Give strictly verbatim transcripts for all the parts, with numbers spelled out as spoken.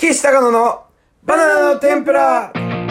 岸高野のバナナの天ぷら。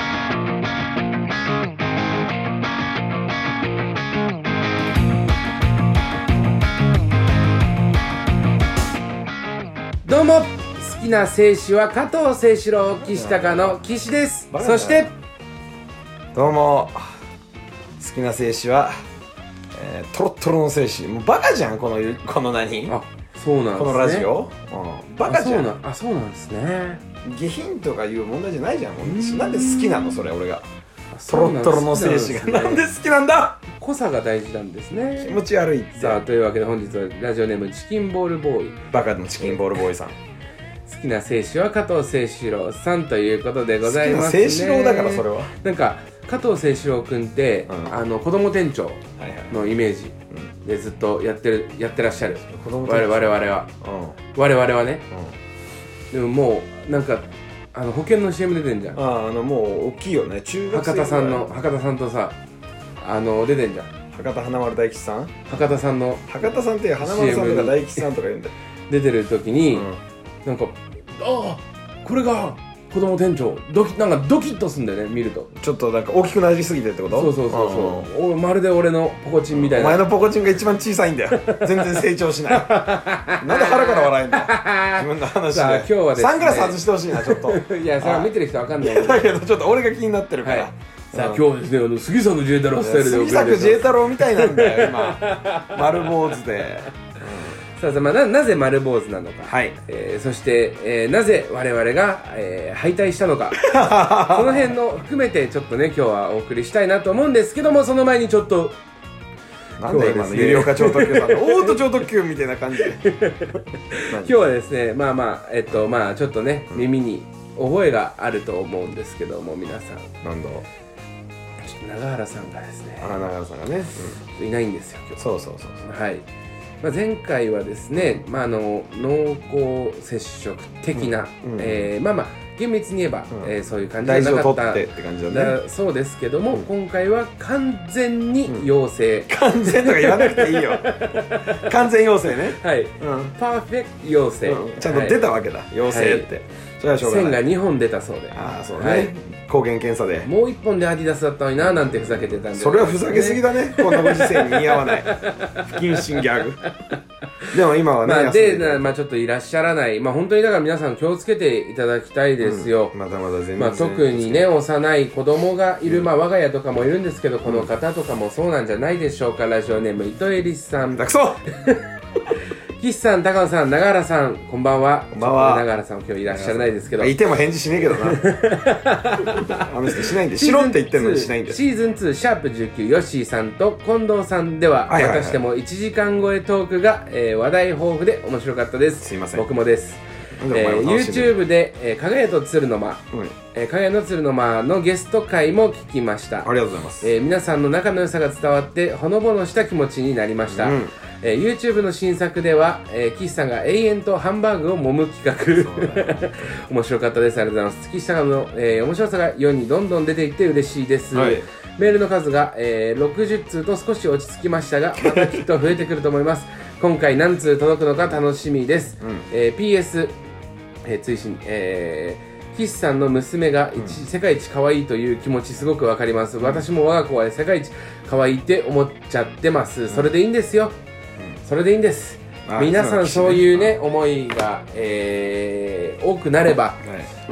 どうも、好きな選手は加藤清史郎、岸高野岸です。そしてどうも、好きな選手は、えー、トロットロの選手。もうバカじゃん、このこの何あ、そうなんですね。 このラジオ、うん、バカじゃん。 あ、そうな、あ、そうなんですね。 下品とかいう問題じゃないじゃん。なんで好きなのそれ、俺が。トロトットロの選手がなんで好きなんだ。 濃さが大事なんですね。 気持ち悪いって。 さあ、というわけで本日はラジオネームチキンボールボーイ、 バカのチキンボールボーイさん。 好きな選手は加藤清史郎さんということでございますね。 好きな清史郎だから。それはなんか加藤清史郎くんって、うん、あの子供店長のイメージでずっとやってるやってらっしゃる。我々は、うん、我々はね、うん、でももうなんかあの保険の シーエム 出てんじゃん。 ああ、あのもう大きいよね。中学生博多さんの博多さんとさ、あの出てんじゃん。 博多華丸大吉さん。 博多さんの博多さんって華丸さんとか大吉さんとか言うんだよ。 出てる時に、うん、なんかああこれが子供店長、ドキなんかドキッとすんだよね、見ると。 ちょっとなんか大きくなりすぎてってこと？ そうそうそうそう、うん、まるで俺のポコチンみたいな。 お前のポコチンが一番小さいんだよ。全然成長しない。なんで腹から笑えんの？自分の話で。 さあ今日はですね、 サングラス外してほしいな、ちょっと。 いや、それは見てる人わかんない。 だけどちょっと俺が気になってるから、はい。 さあ今日はですね、あの杉作 J 太郎スタイルで送り杉作 J 太郎みたいなんだよ今。丸坊主で。 さあさあ、まあ、な, なぜ丸坊主なのか、 はい、 えー、そして、えー、なぜ我々が、えー、敗退したのかその辺の含めてちょっとね今日はお送りしたいなと思うんですけども、その前にちょっとなんだ今の有料化超特急さんのオート超特急みたいな感じで今日はですね、まあまあえっとまあちょっとね、うん、耳に覚えがあると思うんですけども、皆さんなんだ永原さんがですね、 あ、永原さんがね、 うん、いないんですよ今日。 そうそうそうそう、 はい。まあ、前回はですね、まあ、あの濃厚接触的な、うんうん、えー、まあまあ厳密に言えば、うん、えー、そういう感じじゃなかった。大事を取ってって感じだね。そうですけども、うん、今回は完全に陽性、うん、 完全とか言わなくていいよ。完全陽性ね。 はい、うん、パーフェクト陽性、 うん、ちゃんと出たわけだ、はい、陽性って、はい、それはしょうがない。 線がにほん出たそうで。 ああ、そうね、はい、抗原検査でもういっぽんでアディダスだったのにななんてふざけてたんで、 それはふざけすぎだね。こんなご時世に似合わない不謹慎ギャグ。でも今はね、 まあ、で、まあ、ちょっといらっしゃらない、まあ本当にだから皆さん気をつけていただきたいですよ、 うん、まだまだ全然、 まあ、特にね幼い子供がいる、うん、まあ我が家とかもいるんですけど、この方とかもそうなんじゃないでしょうか。ラジオネーム糸エリスさん。 だくそ岸さん、高野さん、永原さん、こんばんは。 こんばんは。 永原さん今日いらっしゃらないですけど、 いても返事しねえけどな。あの人しないんで、しろって言ってるのにしないんで。 シーズンツーシャープじゅうきゅうヨッシーさんと近藤さんでは、はいはいはい、私でもいちじかん超えトークが、えー、話題豊富で面白かったです。 すいません、 僕もです。えー、YouTube で、えー、かがやと鶴の間、うん、えー、かがやの鶴の間のゲスト回も聞きました。 ありがとうございます。 えー、皆さんの仲の良さが伝わってほのぼのした気持ちになりました。うん、えー、YouTube の新作では、えー、岸さんが永遠とハンバーグを揉む企画面白かったです。ありがとうございます。岸さんの、えー、面白さが世にどんどん出ていって嬉しいです。はい、メールの数が、えー、ろくじゅっつうと少し落ち着きましたが、またきっと増えてくると思います。今回何通届くのか楽しみです。うん、えー、ピーエス、えー、追伸、えー、岸さんの娘が一、うん、世界一可愛いという気持ちすごくわかります。私も我が子は世界一可愛いって思っちゃってます。それでいいんですよ。それでいいんです。皆さんそういうね思いが、えー、多くなれば、はい、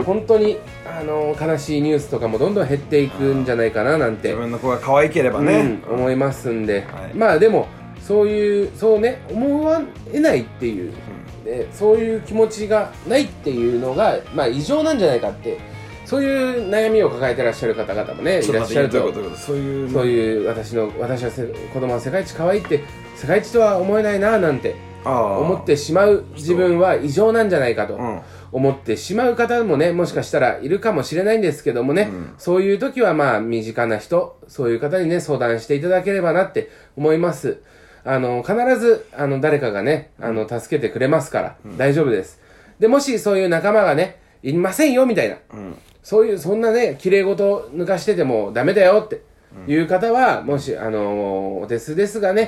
本当にあの悲しいニュースとかもどんどん減っていくんじゃないかななんて、 自分の子が可愛ければね、 うん、思いますんで、はい、まあでもそういうそうね思わえないっていう、うん、でそういう気持ちがないっていうのがまあ異常なんじゃないかって、そういう悩みを抱えてらっしゃる方々もねいらっしゃると、 そういうそういう私の私は子供は世界一可愛いって世界一とは思えないななんて思ってしまう自分は異常なんじゃないかと思ってしまう方もねもしかしたらいるかもしれないんですけどもね、うん、そういう時はまあ身近な人そういう方にね相談していただければなって思います。あの必ずあの誰かがねあの助けてくれますから、うん、大丈夫です。でもしそういう仲間がねいませんよみたいな、うん、そういうそんなね綺麗事抜かしててもダメだよっていう方はもしあのお手数ですがね、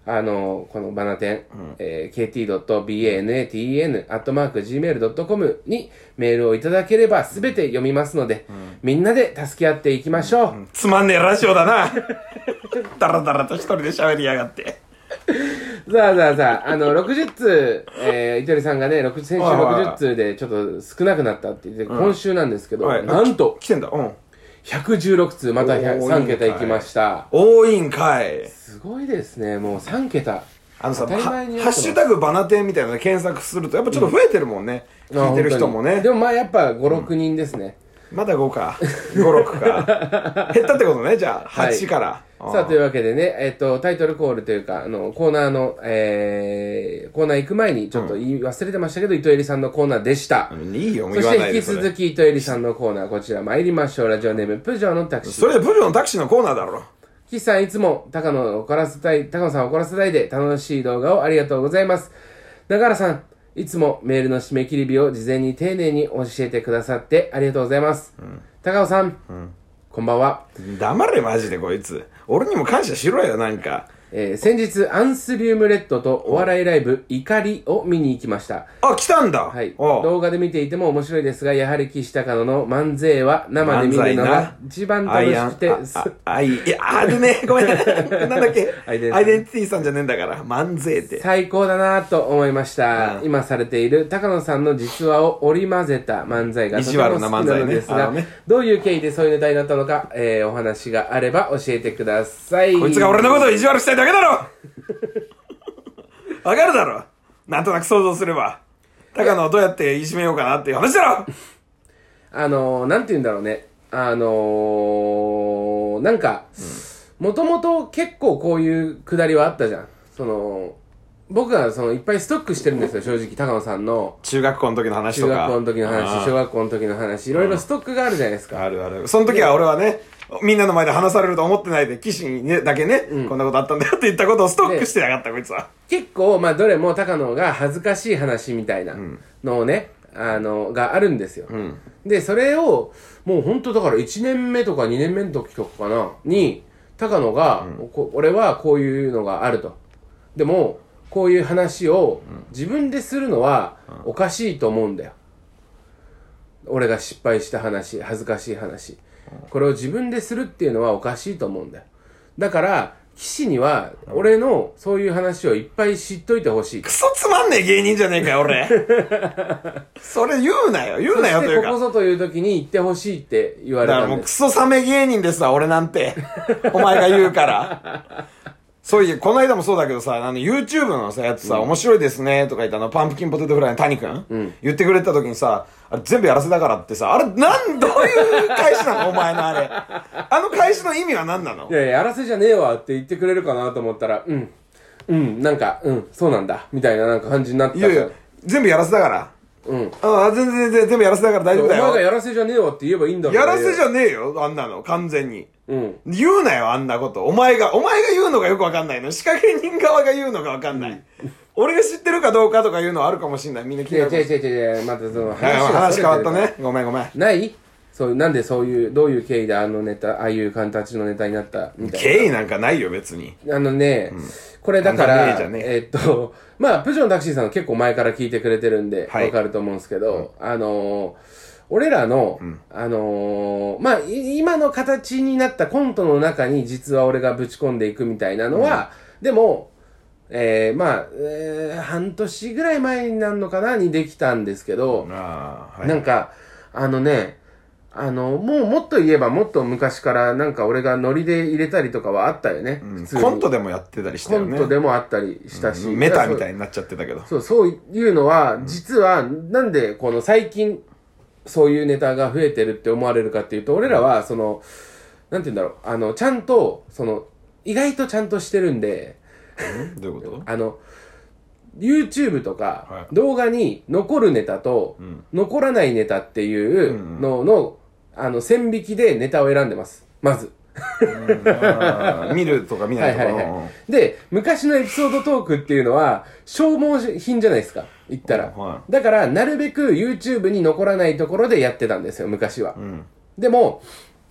あの、このバナテン、うんえー、ケーティードットバナテン アットマーク ジーメールドットコム にメールをいただければすべて読みますので、うん、みんなで助け合っていきましょう。うん、 つまんねえラジオだな。ダラダラと一人で喋りやがって。 さあさあさあ、あの、ろくじゅっつう、えー、糸りさんがね、先週ろくじゅっつうでちょっと少なくなったって言って、うん、今週なんですけど、はい、なんと、 来てんだ、うん。 ひゃくじゅうろくつう、またさんけたいきました。 多いんかい。 すごいですね、もうさんけた。 あのさ、ハッシュタグバナテンみたいなので検索すると、やっぱちょっと増えてるもんね。うん、聞いてる人もね。 でもまあやっぱご、ろくにんですね。 うん、まだごか。ご、ろくか。減ったってことね、じゃあ。はちから。 はい、さあ、というわけでね、えっと、タイトルコールというか、あの、コーナーの、えー、コーナー行く前にちょっと言い忘れてましたけど、うん、糸入さんのコーナーでした。 いいよ、もう言わないで。そして引き続き糸入さんのコーナー、こちら参りましょう。ラジオネーム、プジョーのタクシー。 それプジョーのタクシーのコーナーだろ。 岸さんいつも高野を怒らせたい、高野さんを怒らせたいで楽しい動画をありがとうございます。中原さん、いつもメールの締め切り日を事前に丁寧に教えてくださってありがとうございます。うん、高野さん、うん、こんばんは。 黙れマジでこいつ。俺にも感謝しろよなんか。 えー、先日アンスリウムレッドとお笑いライブ怒りを見に行きました。 あ、来たんだ。 はい。動画で見ていても面白いですが、やはり岸高野の漫才は生で見るのが一番楽しくて。あ、 あ、いや、あるね。ごめん。なんだっけ。アイデンティティさんじゃねえんだから。漫才って。 最高だなと思いました。うん、今されている高野さんの実話を織り交ぜた漫才がとても好きなのですが、ねね、どういう経緯でそういうネタになったのか、えー、お話があれば教えてください。 こいつが俺のことを意地悪したいだけだろ。わかるだろ。なんとなく想像すれば高野をどうやっていじめようかなっていう話だろ。 あのー、なんて言うんだろうね。あのー、なんかもともと結構こういうくだりはあったじゃん。その僕がそのいっぱいストックしてるんですよ、正直。高野さんの中学校の時の話とか、 中学校の時の話、小学校の時の話、いろいろストックがあるじゃないですか。 あるある。その時は俺はね、みんなの前で話されると思ってないで、岸に、ね、だけね、うん、こんなことあったんだよって言ったことをストックしてやがった、こいつは。 結構、まあ、どれも高野が恥ずかしい話みたいなのをね、うん、あの、があるんですよ。うん、で、それを、もう本当だからいちねんめとかにねんめの時とかかな、に、高野が、うん、俺はこういうのがあると。でも、こういう話を自分でするのはおかしいと思うんだよ。俺が失敗した話、恥ずかしい話。これを自分でするっていうのはおかしいと思うんだよ。だから、岸には俺のそういう話をいっぱい知っといてほしい。 クソつまんねえ芸人じゃねえかよ、俺。それ言うなよ、言うなよというか。 ここぞという時に言ってほしいって言われたんです。だからもうクソサメ芸人ですわ、俺なんて。お前が言うから。そういう、この間もそうだけどさ、あの、YouTube のさ、やつさ、うん、面白いですね、とか言ったあの、パンプキンポテトフライの谷くん、うん、言ってくれた時にさ、あれ全部やらせだからってさ、あれ、なん、どういう返しなのお前のあれ。あの返しの意味は何なの？ いやいや、やらせじゃねえわって言ってくれるかなと思ったら、うん、うん、なんか、うん、そうなんだ、みたいななんか感じになってた。 いやいや、全部やらせだから。うん。ああ、全然全然、全部やらせだから大丈夫だよ。 お前がやらせじゃねえわって言えばいいんだろ。 やらせじゃねえよ、あんなの、完全に。うん。言うなよ、あんなこと。お前が、お前が言うのがよくわかんないの。仕掛け人側が言うのがわかんない。うん、俺が知ってるかどうかとかいうのはあるかもしんない。みんな聞いてる。 いや、違う違う違う違う、またその話が話変わったね。ごめんごめん。 ないそう、なんでそういう、どういう経緯であのネタ、ああいう形のネタになったみたいな。 経緯なんかないよ、別に。 あのね、うん、これだから、ね、えー、っと、まあ、プジョンタクシーさんは結構前から聞いてくれてるんで、わ、はい、かると思うんですけど、うん、あのー、俺らの、うん、あのー、まあ、今の形になったコントの中に実は俺がぶち込んでいくみたいなのは、うん、でも、えー、まあ、えー、半年ぐらい前になるのかなにできたんですけど、あ、はい、なんか、あのね、あの、もうもっと言えばもっと昔からなんか俺がノリで入れたりとかはあったよね。 うん、コントでもやってたりしたよね。 コントでもあったりしたし。 うん、メタみたいになっちゃってたけど。 そう、そういうのは、実はなんでこの最近そういうネタが増えてるって思われるかっていうと、俺らはその、なんて言うんだろう、あの、ちゃんと、その、意外とちゃんとしてるんで、 どういうこと？ あの、YouTube とか動画に残るネタと残らないネタっていうのの、あの、線引きでネタを選んでます。まず。 見るとか見ないとか。はいはいはい。 で、昔のエピソードトークっていうのは、消耗品じゃないですか。言ったら。はい、だから、なるべく YouTube に残らないところでやってたんですよ、昔は。うん、でも、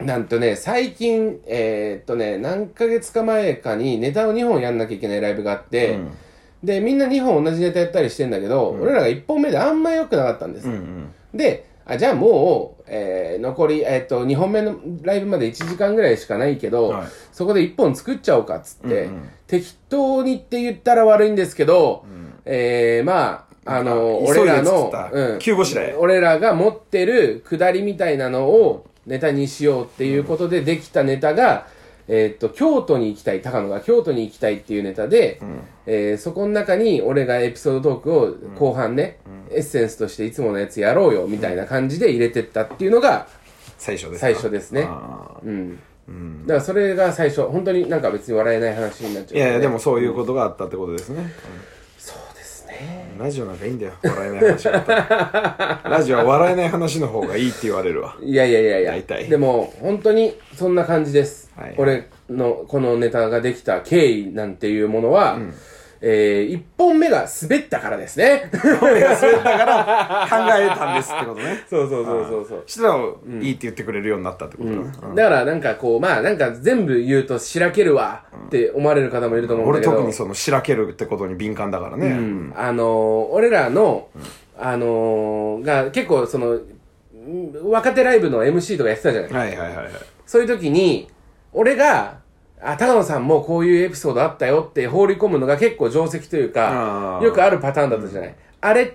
なんとね、最近、えー、っとね、何ヶ月か前かにネタをにほんやんなきゃいけないライブがあって、うん、で、みんなにほん同じネタやったりしてんだけど、うん、俺らがいっぽんめであんま良くなかったんです。うんうん、で、あ、じゃあもう、えー、残り、えー、っと、にほんめのライブまでいちじかんぐらいしかないけど、はい、そこでいっぽん作っちゃおうかっつって、うんうん、適当にって言ったら悪いんですけど、うん、えー、まあ、あの、俺らの、 うん、急ごしらえ。 俺らが持ってるくだりみたいなのをネタにしようっていうことでできたネタが、えー、っと、京都に行きたい、高野が京都に行きたいっていうネタで、うん、えー、そこの中に俺がエピソードトークを後半ね、うん、エッセンスとしていつものやつやろうよみたいな感じで入れてったっていうのが、 最初です最初ですね。うん。うん、だからそれが最初、本当になんか別に笑えない話になっちゃう、ね。 いやいや、でもそういうことがあったってことですね。うん、 そうですね。 ラジオなんかいいんだよ。笑えない話だったら。ラジオは笑えない話の方がいいって言われるわ。 いやいやいやいや。 大体。 でも、本当にそんな感じです。はい、俺のこのネタができた経緯なんていうものは、うん、えー、いっぽんめが滑ったからですね。 いっぽんめが滑ったから考えたんですってことね。 そうそうそうそうそう。 したら、いいって言ってくれるようになったってことね。 うんうん、だからなんかこう、まあなんか全部言うとしらけるわって思われる方もいると思うんだけど。 俺特にそのしらけるってことに敏感だからね。うん、 あのー、俺らの、あのー、が結構その、若手ライブの エムシー とかやってたじゃない。 はいはいはいはい。 そういう時に、俺が、あ、高野さんもこういうエピソードあったよって放り込むのが結構定石というか、よくあるパターンだったじゃない。うん、あれって、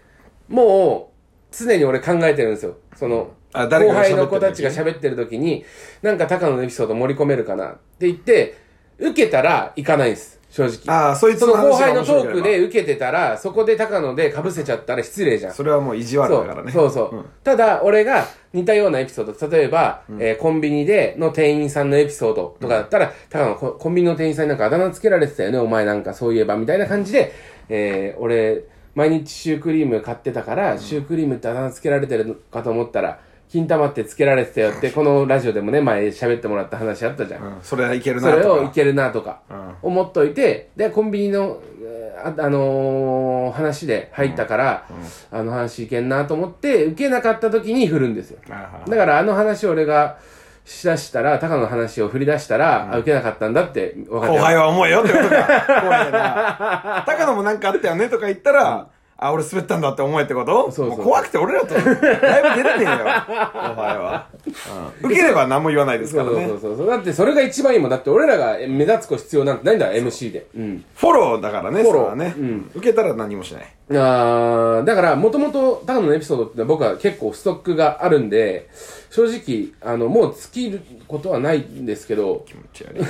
もう、常に俺考えてるんですよ。その、後輩の子たちが喋ってる時に、なんか高野のエピソード盛り込めるかなって言って、受けたら行かないんです。正直。 ああ、そいつの後輩のトークで受けてたら、そこで高野で被せちゃったら失礼じゃん。 それはもう意地悪だからね。 そうそうそう、うん。ただ、俺が似たようなエピソード、例えば、うん、えー、コンビニでの店員さんのエピソードとかだったら、うん、高野コ、コンビニの店員さんになんかあだ名つけられてたよね、お前なんかそういえば、みたいな感じで、えー、俺、毎日シュークリーム買ってたから、うん、シュークリームってあだ名つけられてるかと思ったら、金玉ってつけられてたよって、このラジオでもね、前喋ってもらった話あったじゃん。うん、 それはいけるなとか。 それをいけるなとか、思っといて、で、コンビニの、あ、あのー、話で入ったから、うんうん、あの話いけんなと思って、受けなかった時に振るんですよ。だからあの話を俺がしだしたら、高野の話を振り出したら、うん、あ、受けなかったんだって分かった。 後輩は思えよってことか。後輩な。高野もなんかあったよねとか言ったら、うん、あ、俺滑ったんだって思えってこと？そうそう。もう怖くて俺らとライブ出れねえよ。お前は。うん。受ければ何も言わないですからね。 そうそうそう。だってそれが一番いいもん。だって俺らが目立つ子必要なんてないんだ、エムシー で。 うん。フォローだからね、フォローね。うん。受けたら何もしない。 あー、だからもともと高野のエピソードって僕は結構ストックがあるんで、正直、あの、もう尽きることはないんですけど。気持ち悪い。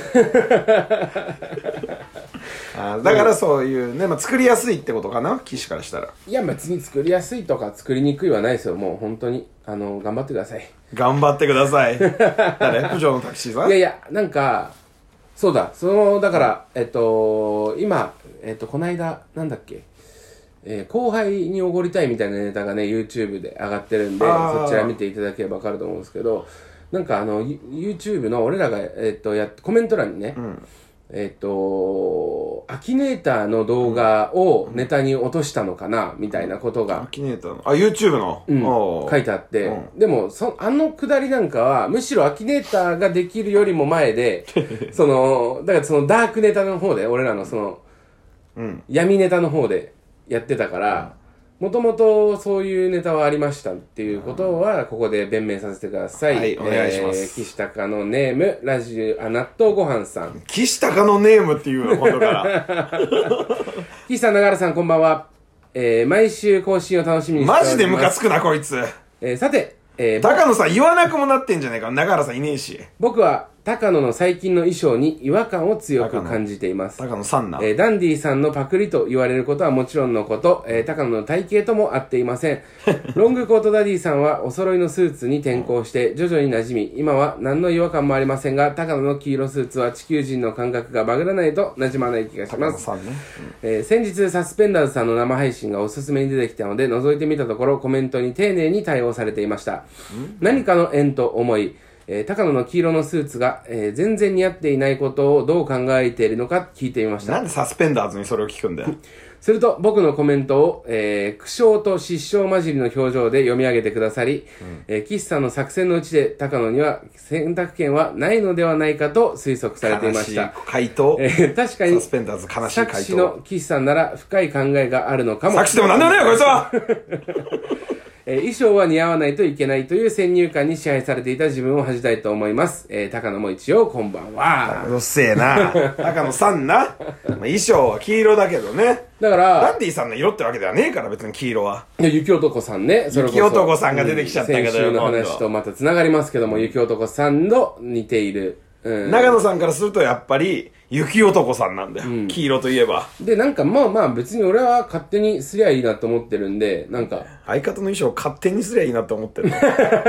あだからそういうね、まあ、作りやすいってことかな、騎手からしたら。 いや、別に作りやすいとか作りにくいはないですよ。もう本当に。あの、頑張ってください。 頑張ってください。誰？プジョーのタクシーさん？ いやいや、なんか、そうだ、その、だから、えっと、今、えっと、この間、なんだっけ、えー、後輩におごりたいみたいなネタがね、YouTube で上がってるんで、そちら見ていただければわかると思うんですけど、なんかあの、YouTube の俺らが、えっと、やっ、コメント欄にね、うん、えっと、アキネーターの動画をネタに落としたのかなみたいなことが。 アキネーターのあ、YouTube の、 うん、書いてあって、うん、でも、そ、あのくだりなんかは、むしろアキネーターができるよりも前で、その、だからそのダークネタの方で、俺らのその、うん、闇ネタの方でやってたから、もともとそういうネタはありましたっていうことは、ここで弁明させてください。 はい、お願いします。 えー、岸高のネーム、ラジオ、あ、納豆ごはんさん。 岸高のネームっていうの、今度から。 岸さん、長原さん、こんばんは。えー、毎週更新を楽しみにしております。 マジでムカつくな、こいつ。 えー、さて、えー、 高野さん言わなくもなってんじゃないか。長原さんいねえし。 僕は、高野の最近の衣装に違和感を強く感じています。 高野さんな。 えー、ダンディさんのパクリと言われることはもちろんのこと、えー、高野の体型とも合っていません。ロングコートダディさんはお揃いのスーツに転向して徐々に馴染み、今は何の違和感もありませんが、高野の黄色スーツは地球人の感覚がバグらないと馴染まない気がします。高野さんね。うん、えー、先日サスペンダーズさんの生配信がおすすめに出てきたので、覗いてみたところコメントに丁寧に対応されていました。何かの縁と思い、えー、高野の黄色のスーツが、えー、全然似合っていないことをどう考えているのか聞いてみました。 なんでサスペンダーズにそれを聞くんだよ。 すると僕のコメントを、えー、苦笑と失笑混じりの表情で読み上げてくださり、うんえー、岸さんの作戦のうちで高野には選択権はないのではないかと推測されていました。 悲しい回答。 えー、確かにサスペンダーズ悲しい回答。 作詞の岸さんなら深い考えがあるのかも。 作詞でもなんでもねえよこいつはえー、衣装は似合わないといけないという先入観に支配されていた自分を恥じたいと思います。えー、高野も一応こんばんは。 うっせえな。高野さんな。まあ、衣装は黄色だけどね。 だから、 ダンディさんの色ってわけではねえから別に黄色は。 いや、雪男さんね。それこそ雪男さんが出てきちゃったけど、うん、 先週の話とまた繋がりますけども、雪男さんの似ている。 うん、長野さんからするとやっぱり雪男さんなんだよ、うん、黄色といえば。でなんかまあまあ別に俺は勝手にすりゃいいなと思ってるんで、なんか相方の衣装を勝手にすりゃいいなと思ってるの、うん、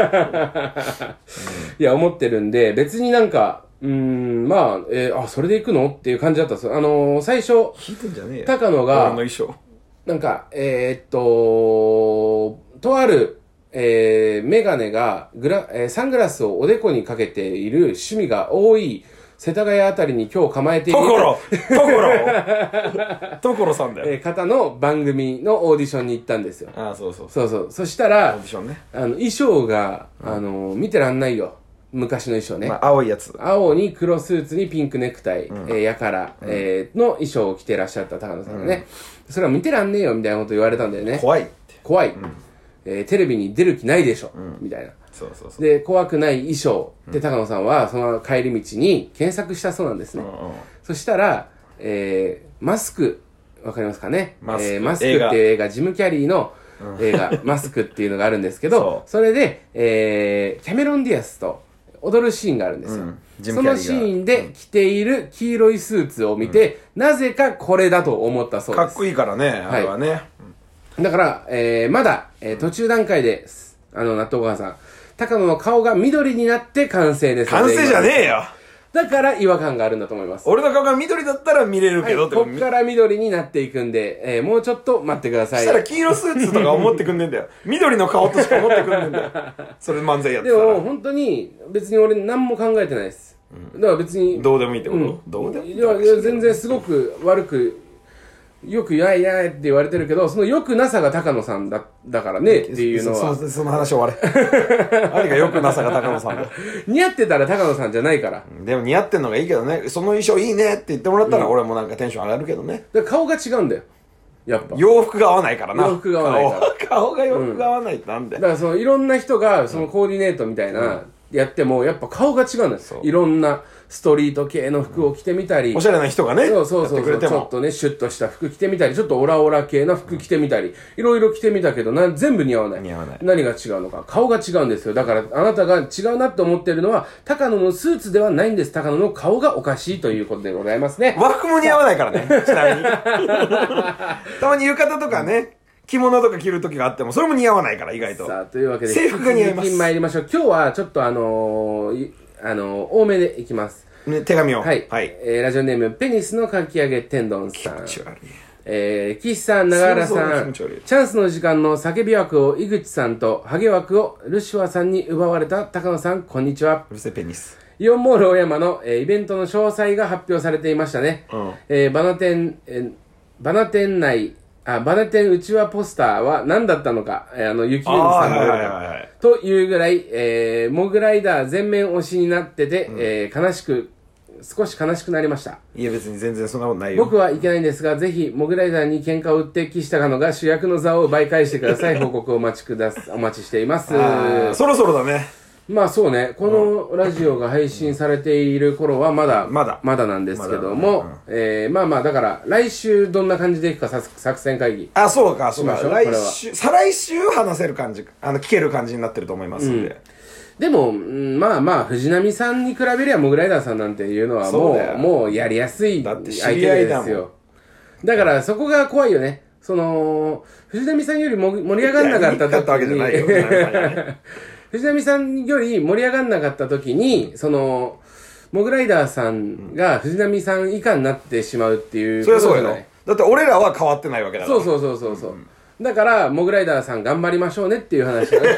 いや思ってるんで別になんかうーんまあ、えー、あそれで行くのっていう感じだったんですよ。あのー、最初聞いてんじゃねえよ高野が俺の衣装なんかえー、っととあるえー、メガネがグラ、えー、サングラスをおでこにかけている趣味が多い世田谷あたりに今日構えているところところところさんだよ、 えー、方の番組のオーディションに行ったんですよ。 ああそうそうそうそうそしたらオーディションね、 あの衣装が、うん、あの見てらんないよ昔の衣装ね、 まあ、青いやつ青に黒スーツにピンクネクタイ、うんえー、やから、うんえー、の衣装を着てらっしゃった高野さんがね、うん、それは見てらんねえよみたいなこと言われたんだよね。 怖いって怖い、うんえー、テレビに出る気ないでしょ、うん、みたいな。 そうそうそう。 で、怖くない衣装で、高野さんはその帰り道に検索したそうなんですね。うんうん、そしたら、えー、マスク、わかりますかねマスク、えー、マスクっていう映画、ジム・キャリーの映画、マスクっていうのがあるんですけど、そ, それで、えー、キャメロン・ディアスと踊るシーンがあるんですよ。うん、そのシーンで着ている黄色いスーツを見て、うん、なぜかこれだと思ったそうです。 かっこいいからね、あれはね。はいだから、えー、まだ、えー、途中段階です。あの、納豆川さん。高野の顔が緑になって完成です。 完成じゃねえよ。 だから違和感があるんだと思います。 俺の顔が緑だったら見れるけど、はい、 こっから緑になっていくんで、えー、もうちょっと待ってください。 そしたら黄色スーツとか思ってくんねんだよ。緑の顔としか思ってくんねんだよ。それ漫才やってたら。 でも、本当に、別に俺何も考えてないです。うん、だから別に。 どうでもいいってこと、 うん、 どうでもいい。 いや、いや全然すごく悪く、よくやいやいって言われてるけど、その良くなさが高野さんだ、だからねっていうのは。 そ, そ, その話終われ。何が良くなさが高野さんだ。 似合ってたら高野さんじゃないから。 でも似合ってんのがいいけどね、その衣装いいねって言ってもらったら、うん、俺もなんかテンション上がるけどね。 だから顔が違うんだよ。やっぱ。 洋服が合わないからな。 洋服が合わないから。 顔, 顔が洋服が合わないってなんで、 うん、だからそのいろんな人がそのコーディネートみたいな、うんやっても、やっぱ顔が違うんですよ。いろんなストリート系の服を着てみたり。 おしゃれな人がね。 そうそうそうそう。ちょっとね、シュッとした服着てみたり、ちょっとオラオラ系の服着てみたり、いろいろ着てみたけど、な全部似合わない。 似合わない。 何が違うのか。顔が違うんですよ。だから、あなたが違うなって思ってるのは、高野のスーツではないんです。高野の顔がおかしいということでございますね。 和服も似合わないからね。ちなみに。たまに浴衣とかね。着物とか着る時があっても、それも似合わないから、意外と。 さあ、というわけで、 制服が似合います。 参りましょう。今日は、ちょっとあのー、あのー、多めでいきます。 ね、手紙を。 はい。はい。えー、ラジオネーム、ペニスのかき揚げ天丼さん。 気持ち悪い。 えー、岸さん、長原さん、チャンスの時間の叫び枠を井口さんと、ハゲ枠をルシファーさんに奪われた高野さん、こんにちは。 うるせえペニス。 イオンモール大山の、えー、イベントの詳細が発表されていましたね。うん。えー、バナ店、えー、バナ店内、あ、バネ店うちわポスターは何だったのか、えー、あの、雪国さんの、はいはいはいはい、というぐらい、えー、モグライダー全面推しになってて、うん、えー、悲しく、少し悲しくなりました。 いや別に全然そんなことないよ。 僕はいけないんですが、ぜひ、モグライダーに喧嘩を売って岸高野が主役の座を奪い返してください。報告をお待ちください。お待ちしています。 そろそろだね。 まあそうね、このラジオが配信されている頃はまだ、まだ、まだなんですけども、まねうん、えー、まあまあだから、来週どんな感じでいくか作戦会議。 あ、そうか、そうか。来週、再来週話せる感じ、あの、聞ける感じになってると思いますんで。うん、 でも、まあまあ、藤波さんに比べりゃモグライダーさんなんていうのはもう、もうやりやすい相手ですよ。だからそこが怖いよね。その、藤波さんよりも盛り上がんなかった時に、藤波さんより盛り上がんなかった時に、その、モグライダーさんが藤波さん以下になってしまうっていうことじゃない。そりゃそうよ。 だって俺らは変わってないわけだから。 そうそうそうそう。うん、だから、モグライダーさん頑張りましょうねっていう話だね。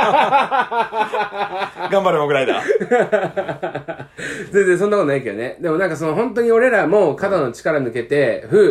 頑張れモグライダー。 全然そんなことないけどね。でもなんかその本当に俺らも肩の力抜けて、ふう、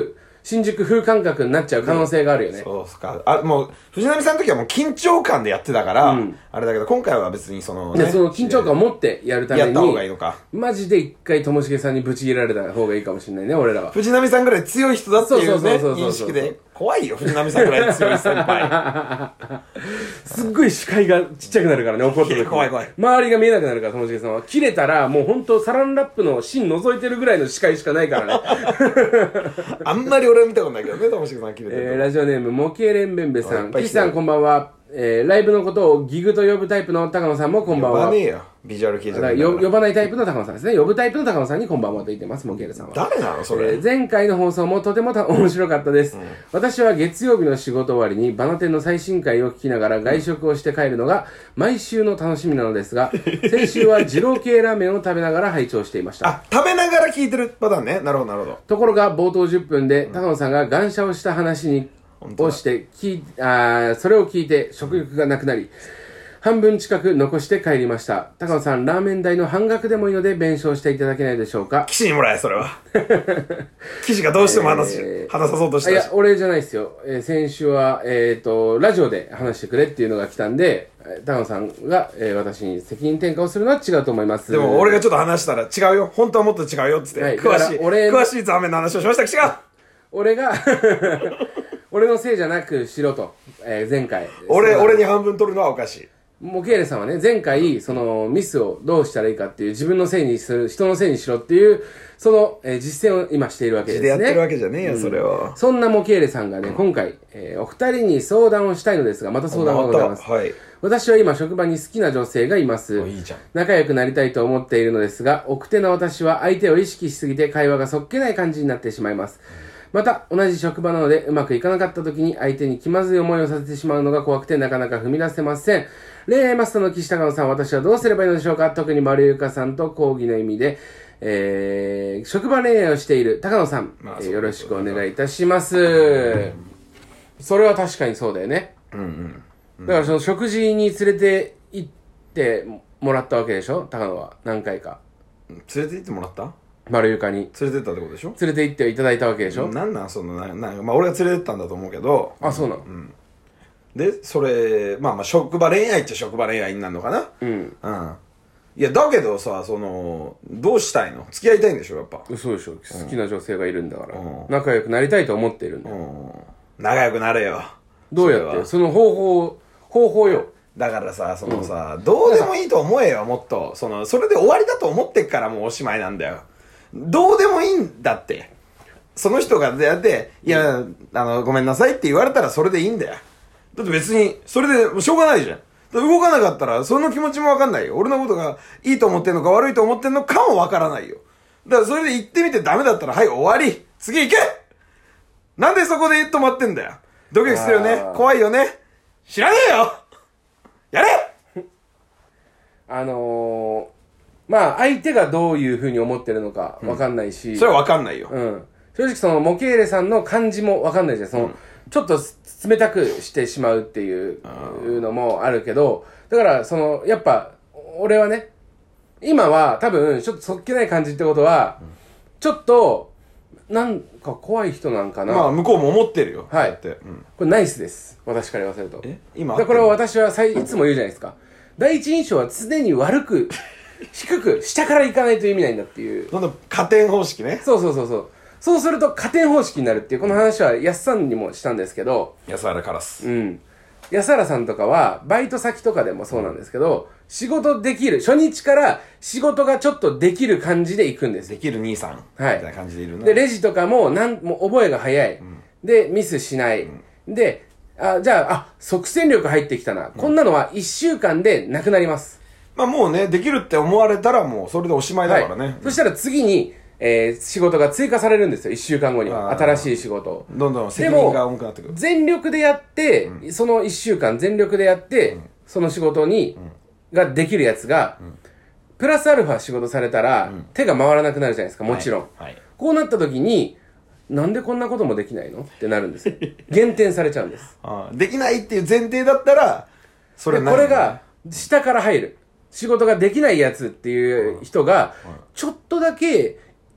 新宿風感覚になっちゃう可能性があるよね。 そうっすか。あ、もう、藤波さんの時はもう緊張感でやってたから、うん、あれだけど、今回は別にその、 ね、その緊張感を持ってやるために、 やった方がいいのか。 マジで一回ともしげさんにぶち切られた方がいいかもしれないね、俺らは。 藤波さんぐらい強い人だっていうね、認識で。怖いよ、藤波さんぐらい強い先輩。 すっごい視界がちっちゃくなるからね、怒ってる時。 怖い怖い。 周りが見えなくなるから、ともしげさんは。切れたら、もうほんとサランラップの芯覗いてるぐらいの視界しかないからね。 あんまり俺は見たことないけどね、ともしげさん切れてる。 えー、ラジオネーム、模型レンベンベさん。岸さんこんばんは。えー、ライブのことをギグと呼ぶタイプの高野さんもこんばんは。 呼ばねえよ。ビジュアル系じゃないよ。呼ばないタイプの高野さんですね。呼ぶタイプの高野さんにこんばんはと言ってます、モケルさんは。 誰なのそれ、 えー、前回の放送もとても面白かったです、うん。私は月曜日の仕事終わりにバナテンの最新回を聞きながら外食をして帰るのが毎週の楽しみなのですが、先週は二郎系ラーメンを食べながら拝聴していました。 あ、食べながら聞いてるパターンね。なるほどなるほど。 ところが冒頭じゅっぷんで高野さんが感謝をした話にをしてきあそれを聞いて食欲がなくなり半分近く残して帰りました。高野さん、ラーメン代の半額でもいいので弁償していただけないでしょうか。 岸にもらえ、それは。岸がどうしても話し、えー、話さそうとしたし。 いや俺じゃないですよ、えー、先週は、えー、とラジオで話してくれっていうのが来たんで高野さんが、えー、私に責任転嫁をするのは違うと思います。 でも俺がちょっと話したら違うよ、本当はもっと違うよっつって、はい、詳しい詳しいザーメンの話をしました。違う俺が俺のせいじゃなくしろと、えー、前回俺俺に半分取るのはおかしい。 モケーレさんはね、前回そのミスをどうしたらいいかっていう、自分のせいにする、人のせいにしろっていうその、えー、実践を今しているわけですね。 やってるわけじゃねえよ、うん、それを。 そんなモケーレさんがね、今回、えー、お二人に相談をしたいのですが、また相談がございます。 はい、 私は今職場に好きな女性がいます。 いいじゃん。 仲良くなりたいと思っているのですが、奥手な私は相手を意識しすぎて会話がそっけない感じになってしまいます。また同じ職場なのでうまくいかなかった時に相手に気まずい思いをさせてしまうのが怖くてなかなか踏み出せません。恋愛マスターの岸高野さん、私はどうすればいいのでしょうか。特に丸ゆかさんと講義の意味で、えー、職場恋愛をしている高野さん、まあえー、よろしくお願いいたします、うん、それは確かにそうだよね、うんうんうん、だからその食事に連れて行ってもらったわけでしょ、高野は何回か。 連れて行ってもらった？ 丸床に連れてったってことでしょ。 連れて行っていただいたわけでしょ。 なんなんそのななまあ俺が連れてったんだと思うけど。 あ、そうなの、 うん、でそれまあまあ職場恋愛っちゃ職場恋愛になるのかな。うん、うん、いやだけどさ、そのどうしたいの？付き合いたいんでしょやっぱ。 そうでしょ、好きな女性がいるんだから、うん、仲良くなりたいと思っているんだよ、うん、 仲良くなれよ。 どうやってその方法方法よ。 だからさ、そのさ、うん、どうでもいいと思えよ、もっと。その、それで終わりだと思ってっからもうおしまいなんだよ。どうでもいいんだって。その人がやって、いや、あの、ごめんなさいって言われたらそれでいいんだよ。だって別に、それでしょうがないじゃん。動かなかったら、その気持ちもわかんないよ。俺のことがいいと思ってんのか悪いと思ってんのかもわからないよ。だからそれで行ってみてダメだったら、はい、終わり。次行け！なんでそこで止まってんだよ。ドキドキするよね。怖いよね。知らねえよ！やれあのー、まあ相手がどういう風に思ってるのか分かんないし、 うん、それは分かんないよ、 うん、正直そのモケーレさんの感じも分かんないじゃん。その、うん、ちょっと冷たくしてしまうっていうのもあるけど、だからそのやっぱ俺はね、今は多分ちょっとそっけない感じってことは、うん、ちょっとなんか怖い人なんかな。 まあ向こうも思ってるよ。 はい。 って、うん、 これナイスです。私から言わせると。 え今これは私はさいつも言うじゃないですか。第一印象は常に悪く、低く、下から行かないと意味ないんだっていう。 その加点方式ね。 そうそうそうそう。そうすると加点方式になるっていう、この話は安さんにもしたんですけど。 安原カラス。 うん。安原さんとかは、バイト先とかでもそうなんですけど、仕事できる、初日から仕事がちょっとできる感じで行くんです。 できる兄さん。はい。みたいな感じでいるね。 で、レジとかも、なん、もう覚えが早い。うん、で、ミスしない。うん、で、あ、じゃあ、あ、即戦力入ってきたな。うん、こんなのはいっしゅうかんでなくなります。 まあもうね、できるって思われたらもうそれでおしまいだからね。はい、 そしたら次に、えー、仕事が追加されるんですよ。いっしゅうかんごには。新しい仕事。 どんどん責任が重くなってくる。 全力でやって、うん、そのいっしゅうかん全力でやって、うん、その仕事に、うん、ができるやつが、うん、プラスアルファ仕事されたら、うん、手が回らなくなるじゃないですか、もちろん。はいはい、こうなった時に、なんでこんなこともできないのってなるんですよ。減点されちゃうんです。 ああ、できないっていう前提だったら、 それはこれが、下から入る。仕事ができないやつっていう人が、ちょっとだけ、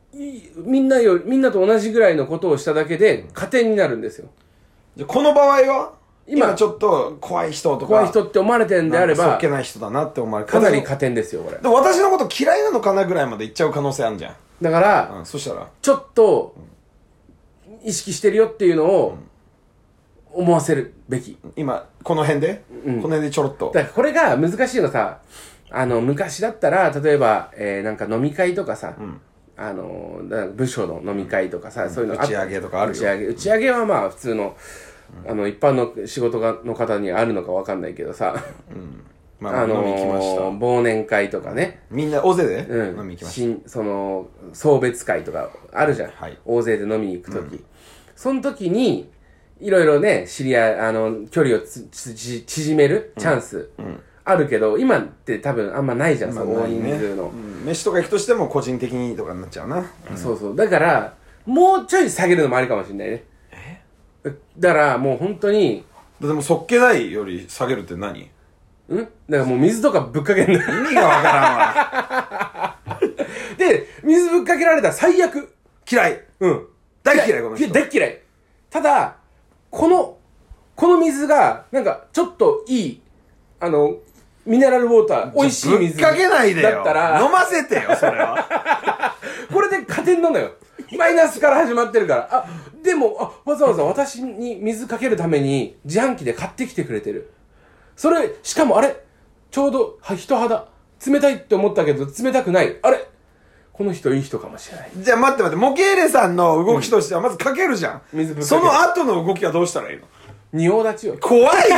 みんなよみんなと同じぐらいのことをしただけで加点になるんですよ。 じゃこの場合は今今ちょっと怖い人とか怖い人って思われてるんであればなんかそっけない人だなって思われるかなり加点ですよこれ。 でも私のこと嫌いなのかなぐらいまでいっちゃう可能性あるじゃん。 だから、 うん、そしたらちょっと意識してるよっていうのを思わせるべき。 今この辺で、うん、この辺でちょろっとだからこれが難しいのさ、あの昔だったら例えば、えー、なんか飲み会とかさ、うん、あの部署の飲み会とかさ、うん、そういうの打ち上げとかあるよ。 打ち上げ打ち上げはまあ普通の、うん、あの一般の仕事がの方にあるのかわかんないけどさ、うんまあ、あのー、飲み行きました。忘年会とかね、 みんな大勢で、 うん、 飲み行きました。 その送別会とかあるじゃん、はい、大勢で飲みに行くとき、うん、その時にいろいろね知り合いあの距離をつつ縮めるチャンス、うんうんあるけど、今って多分あんまないじゃん、まあ、大人数の、うん。 飯とか行くとしても個人的にとかになっちゃうな。 うん、そうそう。だから、もうちょい下げるのもありかもしれないね。えだからもう本当に。 でもそっけないより下げるって何？んだからもう水とかぶっかけんの。 意味がわからんわ。 で、水ぶっかけられたら最悪。 嫌い。 うん。 大嫌いこの人。 大嫌い。ただ、この、この水が、なんかちょっといい、あの、ミネラルウォーター、美味しい水ぶっかけないでよ。 だったら飲ませてよ、それは。 これで加点なのよ。マイナスから始まってるから。あ、でも、あ、わざわざ私に水かけるために自販機で買ってきてくれてる。それ、しかもあれ、ちょうど、は、人肌、冷たいって思ったけど、冷たくない。あれこの人いい人かもしれない。 じゃあ待って待って、モケーレさんの動きとしては、まずかけるじゃん。うん、水ぶっかける。その後の動きはどうしたらいいの？ 仁王立ちよ。 怖いって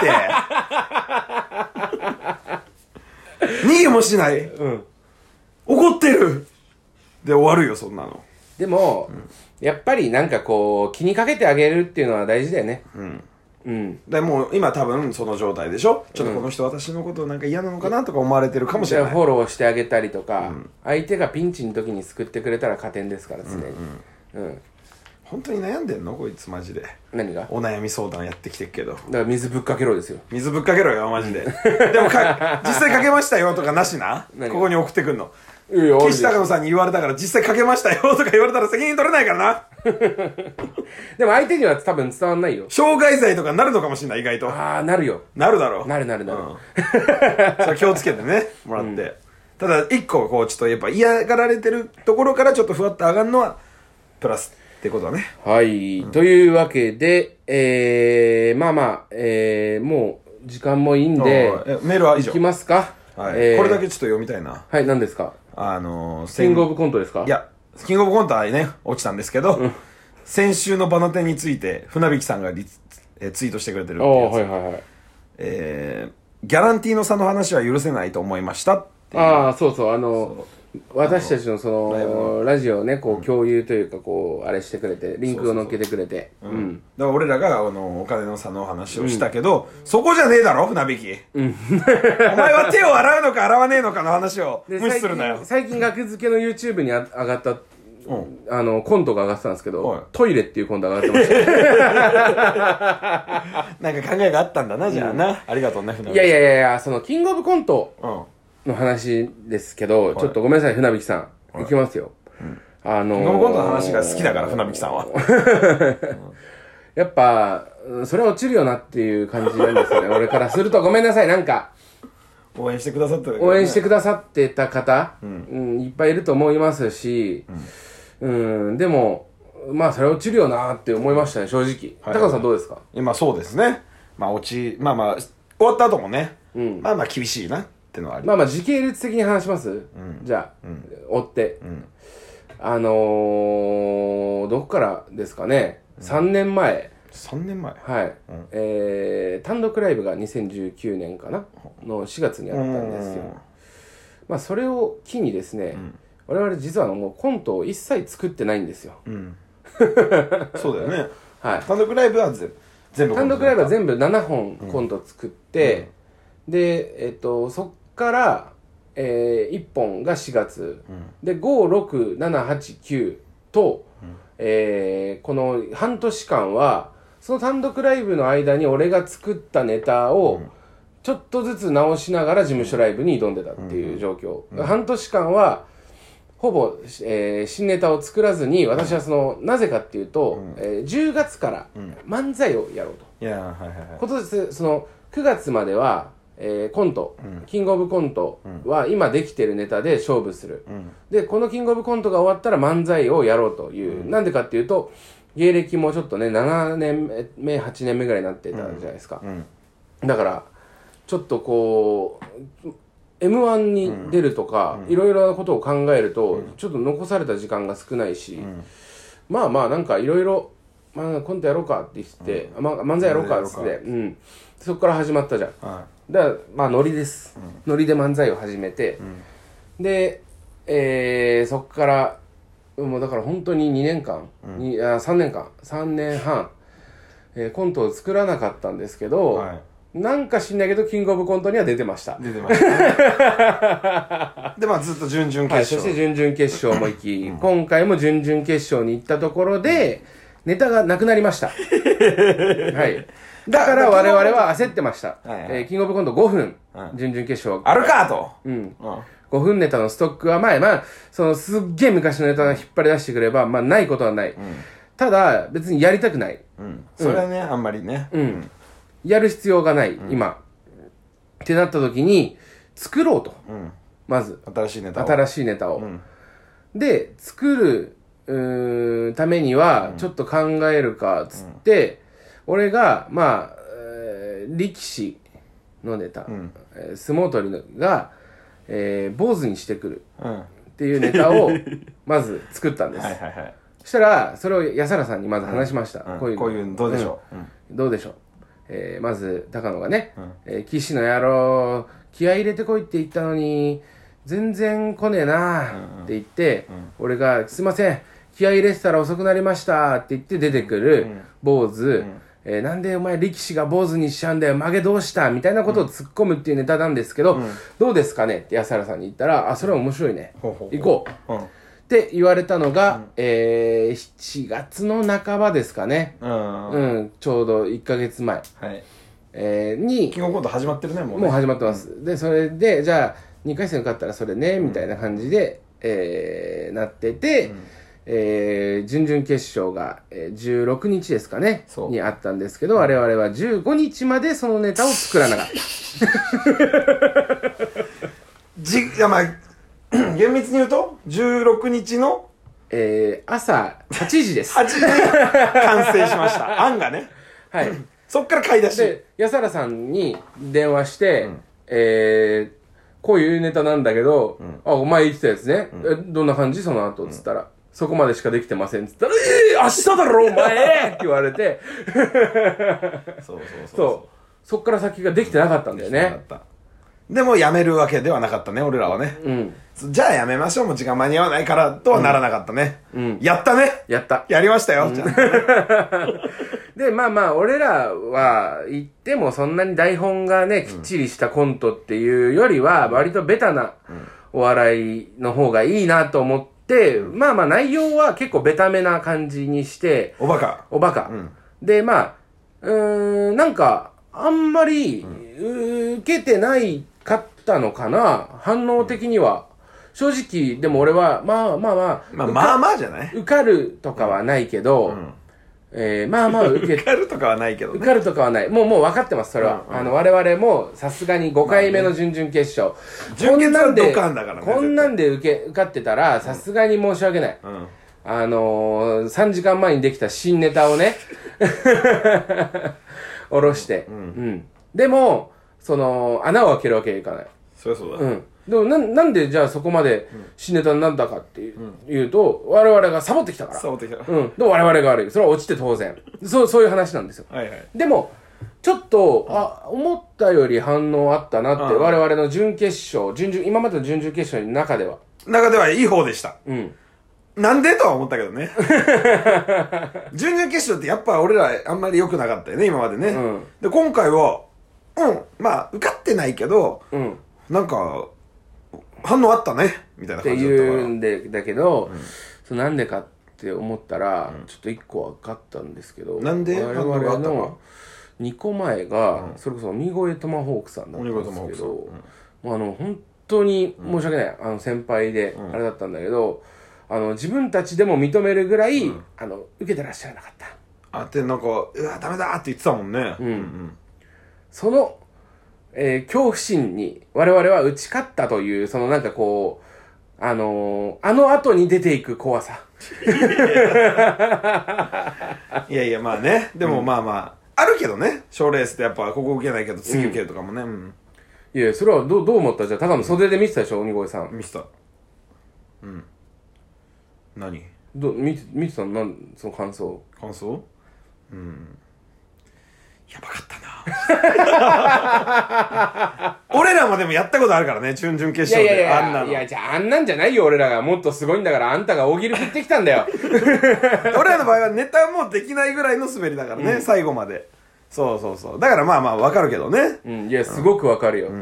逃げもしない、うん、怒ってるで終わるよそんなの。 でも、うん、やっぱりなんかこう気にかけてあげるっていうのは大事だよね。うんうん、でもう今多分その状態でしょ。ちょっとこの人私のことなんか嫌なのかなとか思われてるかもしれない。 フォローしてあげたりとか、うん、相手がピンチの時に救ってくれたら加点ですから常に、うんうんうん、 本当に悩んでんのこいつマジで。何が？お悩み相談やってきてるけど。だから水ぶっかけろですよ。 水ぶっかけろよマジで。でもか実際かけましたよとかなしな。ここに送ってくんの。いや岸高野さんに言われたから実際かけましたよとか言われたら責任取れないからな。 でも相手には多分伝わんないよ。 傷害罪とかなるのかもしれない意外と。 ああなるよ。 なるだろう。 なるなるなる。うん、 それ気をつけてねもらって。うん、ただ一個こうちょっとやっぱ嫌がられてるところからちょっとふわっと上がるのはプラス。ってことだね。 はい、うん。というわけで、えー、まあまあ、えー、もう時間もいいんで、 メールは以上。 いきますか。 はい、えー。これだけちょっと読みたいな。 はい、何ですか？ あのー、 キングオブコントですか？ いや、キングオブコントはね、落ちたんですけど、うん、先週のバナテンについて、船引さんがリツ、えー、ツイートしてくれてるってやつ。 はいはいはい。 えー、ギャランティーの差の話は許せないと思いましたっていう。 ああ、そうそう、あのー、私たちのそのラジオをねこう共有というかこうあれしてくれてリンクを乗っけてくれてだから俺らがあのお金の差の話をしたけど、うん、そこじゃねえだろ船引き、うん、お前は手を洗うのか洗わねえのかの話を無視するなよ。 最近学付けの YouTube に上がった、うん、あのコントが上がってたんですけどトイレっていうコント上がってましたなんか考えがあったんだなじゃあな、うん、ありがとうね船引き。 いやいやいやいやそのキングオブコント、うんの話ですけど、ちょっとごめんなさい、船引さん。いきますよ。うん、あのー、キングオブコントの話が好きだから、船引さんは。 やっぱ、それは落ちるよなっていう感じなんですよね。俺からするとごめんなさい、なんか。 応援してくださってる、 ね、応援してくださってた方、うんうん、いっぱいいると思いますし、うん、うん、でも、まあ、それは落ちるよなって思いましたね、正直。はいはいはい、高野さんどうですか？ 今そうですね。まあ、落ち、まあまあ、終わった後もね、うん、まあまあ厳しいな。 まあまあ時系列的に話します、うん、じゃあ、うん、追って、うん、あのー、どこからですかね、うん、さんねんまえさんねんまえはい、うん、えー、単独ライブがにせんじゅうきゅうねんかなのしがつにあったんですよ。まあそれを機にですね、うん、我々実はもうコントを一切作ってないんですよ、うん、 そうだよね、はい、単独ライブは全部全部単独ライブは全部ななほんコント作って、うん、でえっとそっから、えー、いっぽんがしがつ、うん、でご、ろく、なな、はち、きゅうと、うん、えー、この半年間はその単独ライブの間に俺が作ったネタをちょっとずつ直しながら事務所ライブに挑んでたっていう状況、うんうん、半年間はほぼ、えー新ネタを作らずに、私はその、なぜかっていうと、えーじゅうがつから漫才をやろうと。 いやー、はいはいはい。 今年、その、くがつまでは、えーコント、キングオブコントは今できてるネタで勝負する。で、このキングオブコントが終わったら漫才をやろうという。なんでかっていうと、芸歴もちょっとね、ななねんめ、はちねんめぐらいになってたじゃないですか。だから、ちょっとこう、エムワン に出るとか、いろいろなことを考えると、ちょっと残された時間が少ないし、まあまあなんかいろいろ、まあコントやろうかって言って、まあ漫才やろうかって言って、うん。そこから始まったじゃん。だから、まあノリです。ノリで漫才を始めて、で、えー、そこから、もうだから本当ににねんかん、にあさんねんかん、さんねんはん、えー、コントを作らなかったんですけど、はいなんか知んないけど、キングオブコントには出てました。 出てましたね。で、まあずっと準々決勝。はい、 そして準々決勝も行き、うん、今回も準々決勝に行ったところで、ネタがなくなりました。はい。だから我々は焦ってました。はいはいえー、キングオブコントごふん、はい、準々決勝。 あるかと。 うん。うん、ごふんネタのストックは前、まあ、そのすっげえ昔のネタが引っ張り出してくれば、まあないことはない。うん、ただ、別にやりたくない。 うん。それはね、うん、あんまりね。 うん。うんやる必要がない、うん、今。ってなった時に、作ろうと。うん、まず。 新しいネタを。 新しいネタを。うん、で、作る、うーん、ためには、ちょっと考えるか、つって、うん、俺が、まあ、えー、力士のネタ、うんえー、相撲取りが、えー、坊主にしてくる。っていうネタを、まず作ったんです。はいはいはい。そしたら、それを安原さんにまず話しました。 うん、こういう。こういうどうでしょう、 うん、どうでしょうえー、まず、高野がね、うんえー、騎士の野郎、気合い入れてこいって言ったのに、全然来ねえなって言って、うんうん、俺が、すいません、気合い入れてたら遅くなりましたって言って出てくる、坊主、うんえー、なんでお前力士が坊主にしちゃうんだよ、曲げどうしたみたいなことを突っ込むっていうネタなんですけど、うん、どうですかねって安原さんに言ったら、あ、それは面白いね。ほうほうほう行こう。うんって言われたのが、うん、えー、しちがつの半ばですかね。うん。うん、ちょうどいっかげつまえ。はい。えー、に。 キングオブコント始まってるね、もうね。 もう始まってます。うん、で、それで、じゃあ、にかい戦受かったらそれね、みたいな感じで、えー、なってて、うん、えー、準々決勝が、えー、じゅうろくにちですかね。にあったんですけど、我々はじゅうごにちまでそのネタを作らなかった。 じ、いや、まあ、厳密に言うと、じゅうろくにちの、 えー、朝はちじです。 はちじに完成しました。案がね。 はい。 そっから買い出し。 で、安原さんに電話して、うん、えー、こういうネタなんだけど、うん、あ、お前言ってたやつね。うん、え、どんな感じその後、つったら、うん、そこまでしかできてません。つったら、えー、明日だろ、お前って言われて。そうそうそうそう。そう。そっから先ができてなかったんだよね。できてなかった。 でもやめるわけではなかったね、俺らはね。うん。じゃあやめましょう、もう時間間に合わないからとはならなかったね。うん。やったねやった。 やりましたよ、うん、 で、まあまあ、俺らは言ってもそんなに台本がね、きっちりしたコントっていうよりは、割とベタなお笑いの方がいいなと思って、うん、まあまあ内容は結構ベタめな感じにして、 おバカ。 おバカ。うん、で、まあ、うーん、なんか、あんまり、うん、受けてないかったのかな反応的には。正直、でも俺は、まあまあまあ。 まあまあまあじゃない受かるとかはないけど、うん、えー、まあまあ受け、 受かるとかはないけどね。 受かるとかはない。もうもう分かってます、それは。うんうん、あの、我々もさすがにごかいめの準々決勝。 準決はドカンだからね。 こんなんで受け、受かってたら、さすがに申し訳ない。うん、あのー、さんじかんまえにできた新ネタをね、下ろして、うん。うん。でも、その、穴を開けるわけにはいかない。 そりゃそうだ。 うん。でもな、なんでじゃあそこまで新ネタになったかっていう、うん、言うと、我々がサボってきたから。 サボってきた。 うん。で、我々が悪い。それは落ちて当然。そう、そういう話なんですよ。はいはい。でも、ちょっと、あ、思ったより反応あったなって、我々の準決勝、準々、今までの準々決勝の中では。 中ではいい方でした。うん。なんでとは思ったけどね。準々決勝ってやっぱ俺らあんまり良くなかったよね、今までね。うん、で、今回は、うん、まあ、受かってないけど、うん、なんか、反応あったね、みたいな感じだったから。 って言うんで、だけど、うん、そなんでかって思ったら、うん、ちょっと一個分かったんですけど、 なんで我々のにこまえが、うん、それこそ鬼越トマホークさんだったんですけど、うん、もうあの、本当に申し訳ない、あの先輩であれだったんだけど、あの自分たちでも認めるぐらい、あの受けてらっしゃらなかった。 あってなんかうわダメだって言ってたもんね。 うんうん、その、えー、恐怖心に我々は打ち勝ったという、そのなんかこうあのー、あの後に出ていく怖さ。 いやいやまあね、でもまあまあ、うん、あるけどね、賞レースってやっぱここ受けないけど次受けるとかもね。うんうん、 いやそれはどうどう思った？じゃあただの袖で見てたでしょ、鬼越さん。 見てた。うん。何？ ど見て見てたの？なんその感想？ 感想？うん。やばかったな。俺らもでもやったことあるからね、準々決勝で。 いやいやいやあんなの。 いや、じゃああんなんじゃないよ、俺らが。もっとすごいんだから、あんたが大喜利振ってきたんだよ。 俺らの場合はネタもできないぐらいの滑りだからね、うん、最後まで。そうそうそう。だからまあまあわかるけどね。 うん、いや、すごくわかるよ。うんうん、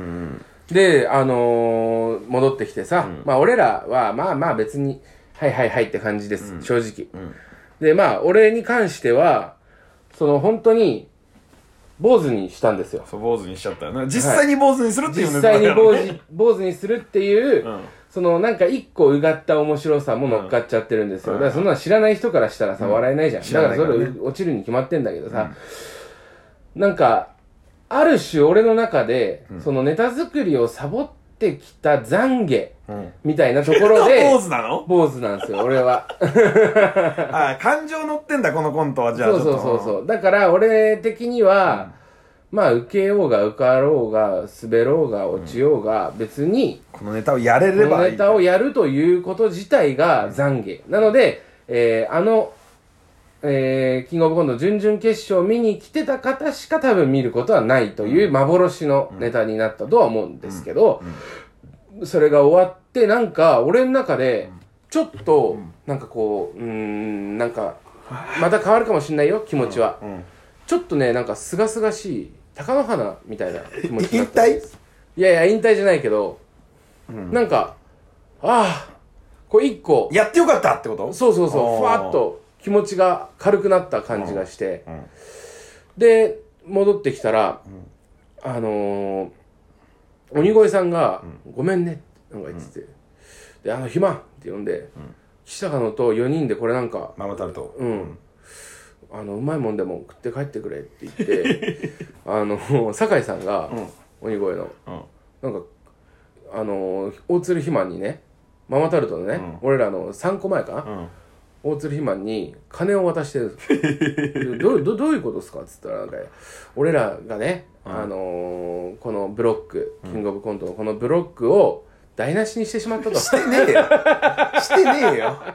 で、あのー、戻ってきてさ、うん、まあ俺らはまあまあ別に、はいはいはいって感じです、うん、正直、うん。で、まあ俺に関しては、その本当に、坊主にしたんですよ。 そう、坊主にしちゃったよね。実際に坊主にするっていうね、実際に坊主、坊主にするっていう、うん、そのなんか一個うがった面白さも乗っかっちゃってるんですよ。うん、だからそんなの知らない人からしたらさ、うん、笑えないじゃん。だからそれ落ちるに決まってんだけどさ、うん、なんか、ある種俺の中で、うん、そのネタ作りをサボってきた懺悔みたいなところで、 坊主なの？ 坊主なんですよ、俺は。 ああ、感情乗ってんだ、このコントは。じゃあそうそうそうそう。だから俺的には、うん、まあ受けようが受かろうが滑ろうが落ちようが、別に、 うん、このネタをやれればいい。 このネタをやるということ自体が懺悔。うん、なので、えー、あの、えー、キングオブコント準々決勝見に来てた方しか多分見ることはないという幻のネタになったとは思うんですけど、うんうん、それが終わってなんか俺の中でちょっとなんかこう、うーん、なんかまた変わるかもしれないよ、気持ちは。うんうん、ちょっとね、なんかすがすがしい貴乃花みたいな気持ちになった。引退？いやいや、引退じゃないけど、うん、なんか、ああ、これ一個。 やってよかったってこと？ そうそうそう、ふわっと。気持ちが軽くなった感じがして、うんうん、で戻ってきたら、うん、あのー、鬼越さんが、うん、ごめんねってなんか言ってて、うん、であのひまんって呼んで、うん、岸高野とよにんでこれなんかママタルト、 うん、あのうまいもんでも食って帰ってくれって言ってあの酒井さんが、うん、鬼越の、うん、なんかあのー、大鶴ひまんにね、ママタルトのね、うん、俺らのさんこまえかな、うん、大鶴ひまんに金を渡してるど, ど, どういうことですかっつったらなんか俺らがね、うん、あのー、このブロックキングオブコントのこのブロックを台無しにしてしまったと。 してねえよしてねえよ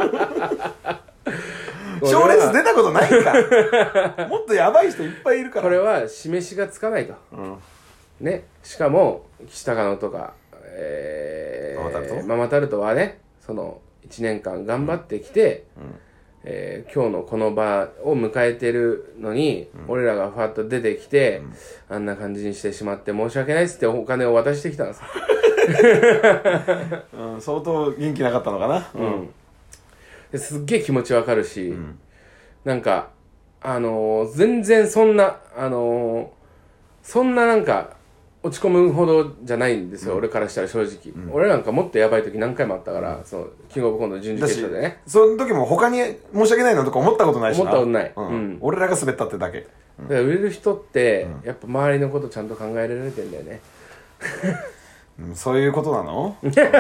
賞レース出たことないかもっとやばい人いっぱいいるから。 これは示しがつかないと、うん、ね。しかも岸高野とか、えー、ママタルトママタルトはね、そのいちねんかん頑張ってきて、うんえー、今日のこの場を迎えてるのに、うん、俺らがファッと出てきて、うん、あんな感じにしてしまって申し訳ないっつってお金を渡してきたんですよ、 うん、相当元気なかったのかな、 うん、ですっげえ気持ちわかるし、うん、なんかあのー、全然そんなあのー、そんななんか落ち込むほどじゃないんですよ、うん、俺からしたら正直、うん、俺なんかもっとやばい時何回もあったから、うん、そのキングオブコント準々決勝でね。 その時も他に申し訳ないのとか思ったことないしな。 思ったことない、 うんうん、俺らが滑ったってだけ、 うん、だから売れる人って、やっぱ周りのことちゃんと考えられてんだよねそういうことなの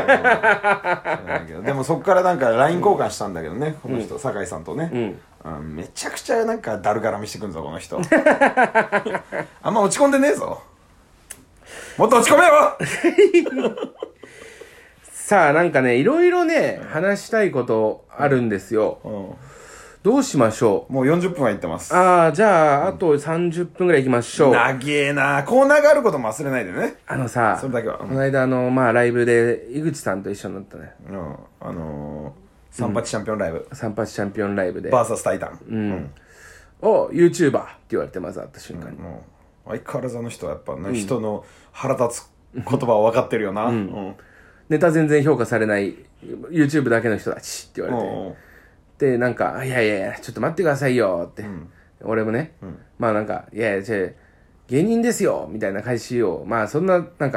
でもそっからなんか ライン 交換したんだけどね、この人、酒井さんとね、うんうん、めちゃくちゃなんかだるがらみしてくんぞこの人あんま落ち込んでねえぞ、もっと落ち込めよさあなんかね、いろいろね、話したいことあるんですよ、うん、どうしましょう。 もうよんじゅっぷんは行ってます。 ああ、じゃあ、あとさんじゅっぷんぐらい行きましょう。 長えな。コーナーがあることも忘れないでね。 あのさ、 それだけは、 うん、この間あの、まあライブで井口さんと一緒になったね。 うん、あのー、三八チャンピオンライブ。 三八チャンピオンライブで。 バーサスタイタン。 うん。うん、を YouTuber って言われてまず会った瞬間に。うん、もう相変わらずの人はやっぱね、うん、人の腹立つ言葉は分かってるよな、うんうん、 ネタ全然評価されない YouTube だけの人たちって言われて、うんうん、でなんかいやいやいやちょっと待ってくださいよって、うん、俺もね、うん、まあなんかいやいやじゃ芸人ですよみたいな返しをまあそんななんか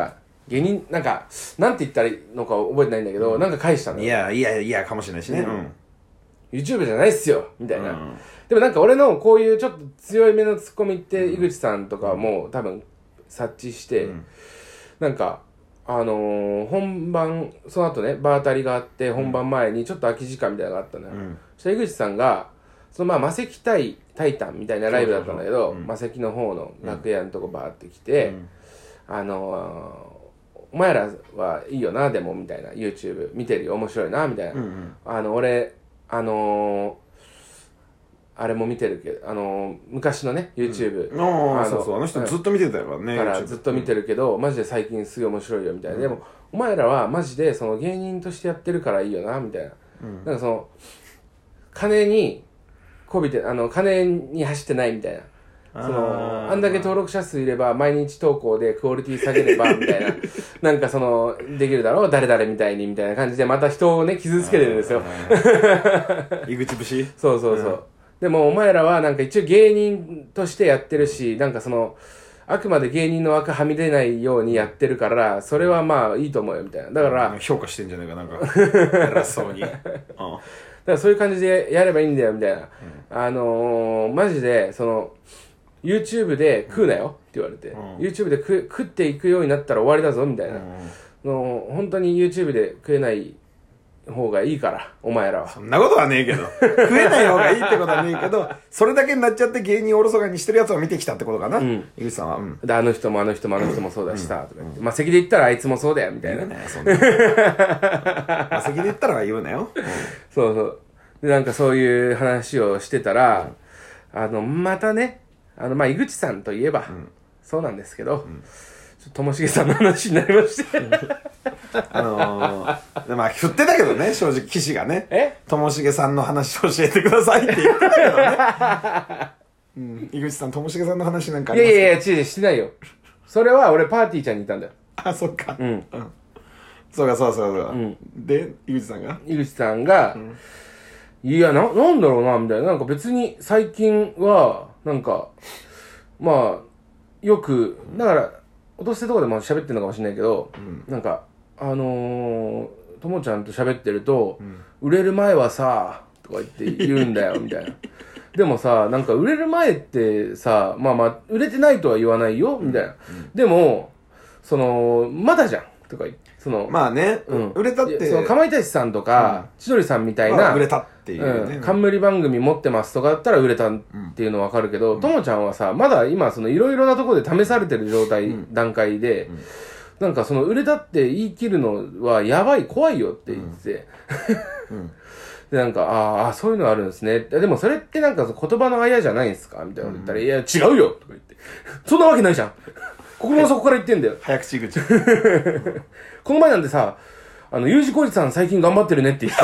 芸人、なんか、なんて言ったらいいのか覚えてないんだけど、うん、なんか返したのよ。 いや、いや、いや、かもしれないしね。うん。 YouTube じゃないっすよみたいな、うん。でもなんか俺のこういうちょっと強いめのツッコミって、井口さんとかも多分察知して、うん、なんか、あのー、本番、その後ね、場当たりがあって、本番前にちょっと空き時間みたいなのがあったのよ。うん、そしたら井口さんが、そのまあ、魔石対タイタンみたいなライブだったんだけど、魔石の方の楽屋のとこバーって来て、うん、あのー、お前らはいいよな、でも、みたいな、YouTube 見てるよ、面白いな、みたいな。うんうん、あの、俺、あのー、あれも見てるけど、あのー、昔のね、YouTube。うん、 ああ、そうそう、あの人ずっと見てたよね。 だからずっと見てるけど、うん、マジで最近すごい面白いよ、みたいな。うん、でも、お前らはマジでその芸人としてやってるからいいよな、みたいな。うん、なんかその、金に、こびて、あの、金に走ってないみたいな。その、あんだけ登録者数いれば、毎日投稿でクオリティ下げれば、みたいな。なんかその、できるだろう誰々みたいに、みたいな感じで、また人をね、傷つけてるんですよ。 井口節そうそうそう。うん、でも、お前らはなんか一応芸人としてやってるし、なんかその、あくまで芸人の枠はみ出ないようにやってるから、それはまあいいと思うよ、みたいな。だから、 評価してんじゃないか、なんか。偉そうに。うんだからそういう感じでやればいいんだよ、みたいな。うん、あのー、マジで、その、YouTube で食うなよって言われて、うん、YouTube で 食, 食っていくようになったら終わりだぞ、みたいな。うん、の本当に YouTube で食えない方がいいから、お前らは。 そんなことはねえけど。食えない方がいいってことはねえけど、それだけになっちゃって芸人おろそかにしてるやつを見てきたってことかな。うん、井口さんは。うん、 で、あの人もあの人もあの人もそうだしさ、とか言って。まあ、席で言ったらあいつもそうだよ、みたいな。ね、そんな。 まあ、席で言ったら言うなよ。うん、 そうそう。で、なんかそういう話をしてたら、うん、あの、またね、あの、まあ、井口さんといえば、うん、そうなんですけど、うん、ともしげさんの話になりまして。 あのー、まあ、振ってたけどね、正直、騎士がね。 えともしげさんの話教えてくださいって言ってたけどね。うん、井口さん、ともしげさんの話なんかありますか？ いやいやいや、違う、してないよ。それは俺、パーティーちゃんにいたんだよ。 あ、そっか。 うん。うん、 そうか、そうそうそう。うん、で、井口さんが井口さんが、うんいや、な、なんだろうな、みたいな。なんか別に最近は、なんか、まあ、よく、だから、落としてとかでも喋ってるのかもしれないけど、うん、なんか、あのー、ともちゃんと喋ってると、うん、売れる前はさ、とか言って言うんだよ、みたいな。でもさ、なんか売れる前ってさ、まあまあ、売れてないとは言わないよ、みたいな。うんうん、でも、その、まだじゃん、とか言って。そのまあね、うん、売れたって。 その、かまいたちさんとか、うん、千鳥さんみたいな、まあ、売れたっていうね。 うん、冠番組持ってますとかだったら売れたっていうのはわかるけど、とも、うん、ちゃんはさ、まだ今、その、いろいろなところで試されてる状態、うん、段階で、うん、なんかその、売れたって言い切るのはやばい、怖いよって言ってて、うんうん、で、なんか、ああ、そういうのあるんですね。でもそれってなんか言葉のあやじゃないんですかみたいなこと言ったら、うん、いや、違うよとか言って、そんなわけないじゃんここもそこから言ってんだよ。 早口口。 この前なんでさ、あの、U字工事さん最近頑張ってるねって言って。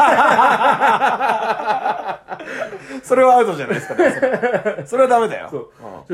それはアウトじゃないですか、ね、それはダメだよ。そう。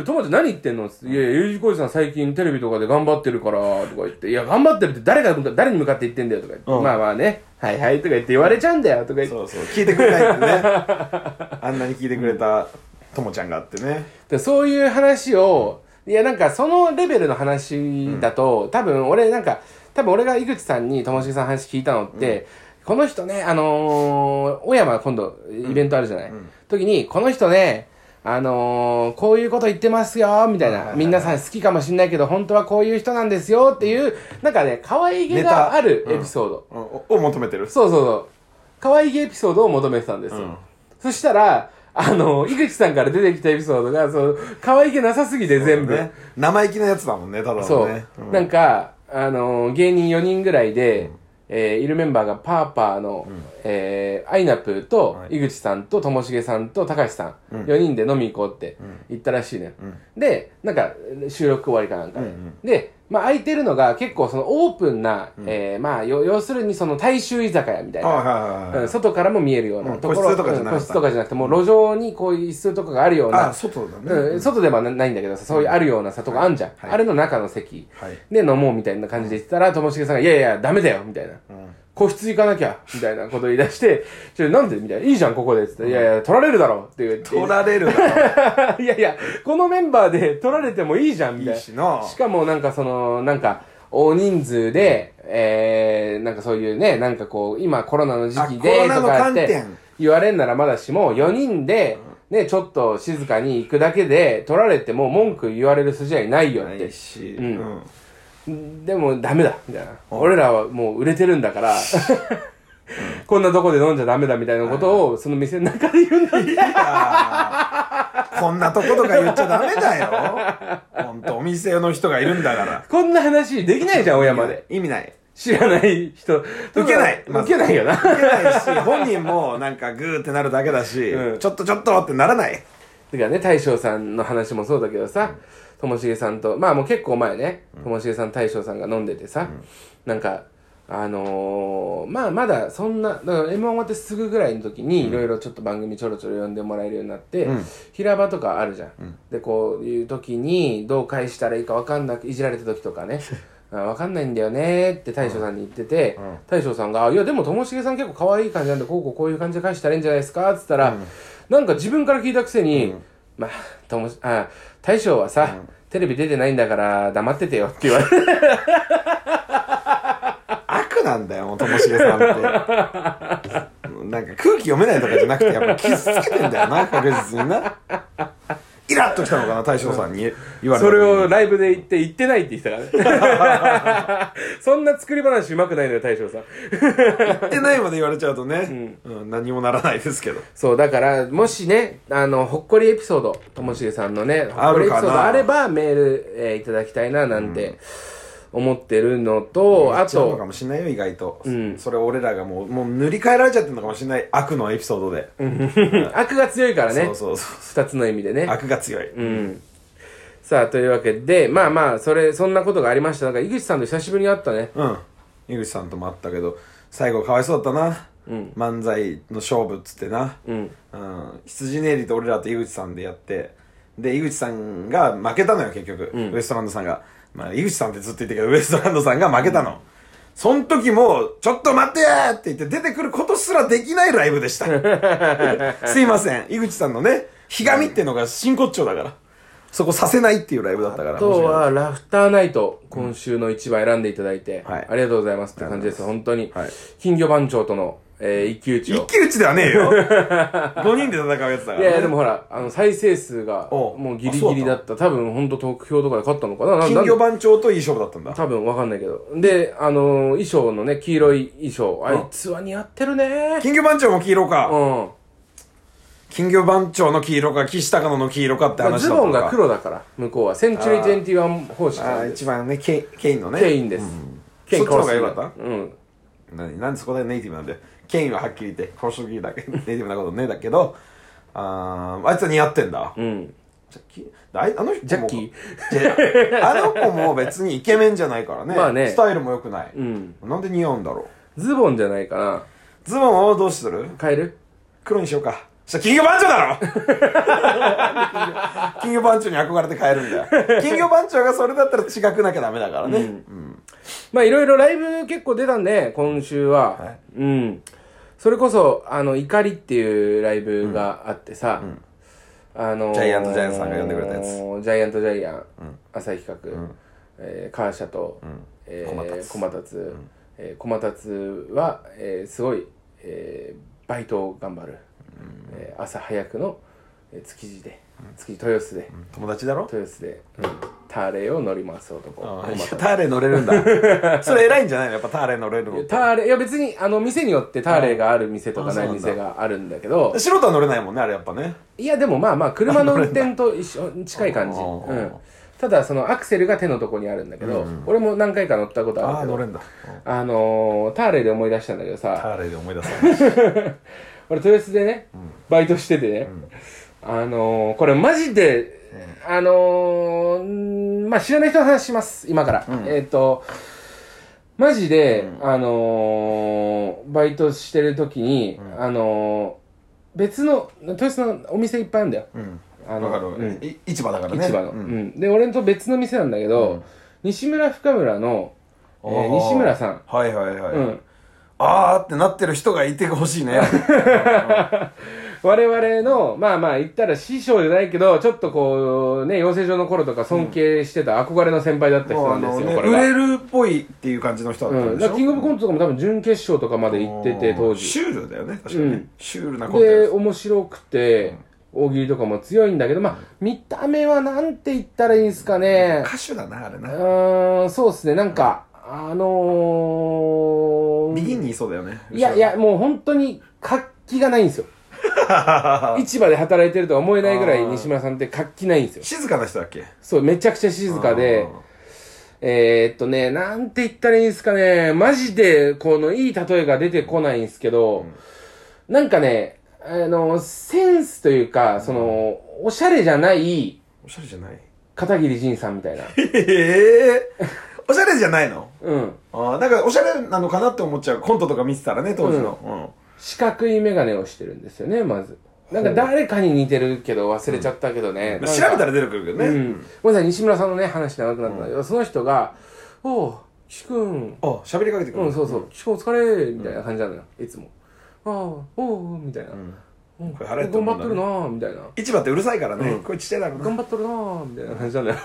友達何言ってんのって言って、いやいや、U字工事さん最近テレビとかで頑張ってるから、とか言って、いや、頑張ってるって誰が、誰に向かって言ってんだよ、とか言って。うん、まあまあね、はいはい、とか言って言われちゃうんだよ、とか言って。 そうそう、聞いてくれないってね。あんなに聞いてくれたともちゃんがあってね。 でそういう話を、いや、なんか、そのレベルの話だと、うん、多分、俺、なんか、多分俺が井口さんにともしげさんの話聞いたのって、うん、この人ね、あのー、小山今度、イベントあるじゃない、うんうん、時に、この人ね、あのー、こういうこと言ってますよ、みたいな。みんなさん好きかもしんないけど、本当はこういう人なんですよ、っていう、なんかね、可愛げがあるエピソード。 うんうん、を求めてる。 そうそうそう。可愛げエピソードを求めてたんですよ。うん、そしたら、あの、井口さんから出てきたエピソードが、そう、可愛げなさすぎて全部。 ね、生意気なやつだもんね、ただのね。 そう。うん、なんか、あの、芸人よにんぐらいで、うんえー、いるメンバーがパーパーの、うん、えー、アイナプーと、はい、井口さんとともしげさんと高橋さん、うん、よにんで飲み行こうって言ったらしいね、うん、で、なんか収録終わりかなんかで、うんうん、で、まあ空いてるのが結構そのオープンな、うん、えー、まあ要するにその大衆居酒屋みたいな、うん、外からも見えるようなところ、 個室とかじゃなくて、 個室とかじゃなくてもう路上にこういう椅子とかがあるような、 あ、外だね、 うん、外ではないんだけどさ、そういうあるようなさとかあんじゃん、はい、あれの中の席、はい、で飲もうみたいな感じで言ってたら、ともしげさんがいやいやダメだよみたいな。うん個室行かなきゃみたいなこと言い出してちょなんでみたいないいじゃんここでっつって、うん、いやいや取られるだろって言って取られるだろいやいやこのメンバーで取られてもいいじゃんみたいな。いいしな。しかもなんかそのなんか大人数で、えー、なんかそういうね、なんかこう、今コロナの時期で、とかって言われんならまだしも、よにんで、ね、ちょっと静かに行くだけで、取られても文句言われる筋合いないよって。ないし。うん。でもダメだ、みたいな。俺らはもう売れてるんだから、こんなとこで飲んじゃダメだみたいなことを、その店の中で言うんだって。 こんなとことか言っちゃダメだよ。ほんと、お店の人がいるんだから。 こんな話できないじゃん、親まで。 意味ない。 知らない人。 受けない。 受けないよな。 受けないし、本人もなんかグーってなるだけだし、うん、ちょっとちょっとってならない。 だからね、大将さんの話もそうだけどさ、ともしげさんと、まあもう結構前ね、ともしげさん大将さんが飲んでてさ、うん、なんか、あのー、まあまだそんな、だから エムワン 終わってすぐぐらいの時にいろいろちょっと番組ちょろちょろ呼んでもらえるようになって、うん、平場とかあるじゃん、うん、でこういう時にどう返したらいいか分かんなくいじられた時とかね分かんないんだよねって大将さんに言ってて、うん、大将さんがいやでもともしげさん結構可愛い感じなんでこうこうこういう感じで返したらいいんじゃないですかっつったら、うん、なんか自分から聞いたくせに、うん、まあともあ大将はさ、うん、テレビ出てないんだから黙っててよって言われてなんだよ、ともしげさんって。なんか空気読めないとかじゃなくて、やっぱ傷つけてんだよな、確実にな。イラッときたのかな、大将さんに言われた。 それをライブで言って、言ってないって言ってたからね。そんな作り話うまくないのよ、大将さん。 言ってないまで言われちゃうとね、うんうん、何もならないですけど。 そう、だから、もしね、あの、ほっこりエピソード、ともしげさんのね、ほっこりエピソードあれば、メール、えー、いただきたいな、なんて。うん思ってるのと、あと。 のかもしれないよ、意外と。うん。それ俺らがもう、もう塗り替えられちゃってるのかもしれない。悪のエピソードで。 悪が強いからね。 そうそうそう。 二つの意味でね。 悪が強い。 うん。さあ、というわけで、まあまあ、それ、そんなことがありました。なんか、井口さんと久しぶりに会ったね。 うん。井口さんとも会ったけど、最後かわいそうだったな。うん。漫才の勝負っつってな。うん。うん。羊ネイリと俺らと井口さんでやって、で、井口さんが負けたのよ、結局。うん、ウエストランドさんが。まあ、井口さんってずっと言ってるけど、ウエストランドさんが負けたの。その時も、ちょっと待ってーって言って出てくることすらできないライブでした。すいません。井口さんのね、ひがみっていうのが真骨頂だから。そこさせないっていうライブだったから。 あとは、ラフターナイト、今週の一番選んでいただいて、うん、はい、ありがとうございますって感じです。本当に。はい、金魚番長との、えー、一騎打ちを。 一騎打ちではねえよ。ごにんで戦うやつだから、ね。 いやいや、でもほら、あの、再生数が、もうギリギリだった。多分、ほんと得票とかで勝ったのかな。 金魚番長といい勝負だったんだ。 多分、わかんないけど。で、あのー、衣装のね、黄色い衣装。あいつは似合ってるね。 金魚番長も黄色か。うん。金魚番長の黄色か、岸高野の黄色かって話だったのか。ズボンが黒だから、向こうは。センチュリーにじゅういち方式ああ、一番ね、ケインのね。 ケインです。 ケイン殺すのがよかったうん。何なんでそこでネイティブなんで。ケインははっきり言って、殺しぎだけ、ネイティブなことねえだけど、ああいつは似合ってんだ。うん。ジャッキーあの人も。 ジャッキーあの子も別にイケメンじゃないからね。 まあね。 スタイルも良くない。うん。なんで似合うんだろう。ズボンじゃないかな。 ズボンをどうする変える黒にしようか。そしたら金魚番長だろ金魚番長に憧れて変えるんだよ。金魚番長がそれだったら違くなきゃダメだからね。うん。うん、 まあいろいろライブ結構出たんで、今週は。はい、うん。それこそ、あの、怒りっていうライブがあってさ、うんうん、あのー、 ジャイアントジャイアンさんが呼んでくれたやつ。ジャイアントジャイアン、うん、朝日企画、うんえー、カーシャと、うんえー、コマタツ、うんえー、コマタツは、えー、すごい、えー、バイトを頑張る、うんえー、朝早くの、えー、築地で、築地豊洲で、 うん、友達だろ豊洲で、うんターレーを乗ります男。 ターレー乗れるんだ。それ偉いんじゃないのやっぱターレー乗れるの。 ターレー、いや別に、あの、店によってターレーがある店とかない店があるんだけど。 素人は乗れないもんね、あれやっぱね。 いやでもまあまあ、車の運転と一緒、近い感じ。うん。ただ、そのアクセルが手のとこにあるんだけど、うん、俺も何回か乗ったことあるけど。 ああ、乗れんだ。 うん、あのー、ターレーで思い出したんだけどさ。 ターレーで思い出した俺、豊洲でね、うん、バイトしててね、うん、あのー、これマジで、うん、あのー、まあ、知らない人の話します、今から。うん、えっ、ー、と、マジで、うん、あのー、バイトしてる時に、うん、あのー、別の、豊洲のお店いっぱいあるんだよ。うんあの、うん、市場だからね。 市場の、うん。うん。で、俺と別の店なんだけど、うん、西村深村の、えー、西村さん。 はいはいはい。うん。あーってなってる人がいてほしいね。 我々の、まあまあ言ったら師匠じゃないけど、ちょっとこう、ね、養成所の頃とか尊敬してた憧れの先輩だった人なんですよ、 ね、 これが。 売れるっぽいっていう感じの人だったんでしょ、うん、だからキングオブコントとかも多分準決勝とかまで行ってて、当時。 シュールだよね、確かに、ね、うん、シュールなコントで、面白くて、うん、大喜利とかも強いんだけど、まあ、見た目はなんて言ったらいいんですかね。 歌手だな、あれな。 うーん、そうですね、なんか、あのー、 右にいそうだよね。 いやいや、もう本当に活気がないんですよ。市場で働いてるとは思えないぐらい西村さんって活気ないんですよ。 静かな人だっけ？ そう、めちゃくちゃ静かで、えー、っとね、なんて言ったらいいんですかね、マジで、このいい例えが出てこないんですけど、うん、なんかね、あの、センスというか、うん、その、おしゃれじゃない、 おしゃれじゃない片桐仁さんみたいな。 ええー、おしゃれじゃないの？ うん。 ああ、だからおしゃれなのかなって思っちゃう。コントとか見てたらね、当時の。うん。うん、 四角いメガネをしてるんですよね、まず。なんか誰かに似てるけど忘れちゃったけどね。 うん、調べたら出てくるけどね。うん。 ごめんなさい、西村さんのね、話長くなったんだけど、うん、その人が、おう、岸くん。 あ、喋りかけてくる。 うん、そうそう。岸くんお疲れみたいな感じなのよ、いつも。ああ、おう、みたいな。うん。これ腹減ったもんだね。頑張っとるなぁ、みたいな。 市場ってうるさいからね。うん、これちっちゃいだろうな。 頑張っとるなぁ、みたいな感じなんだよ。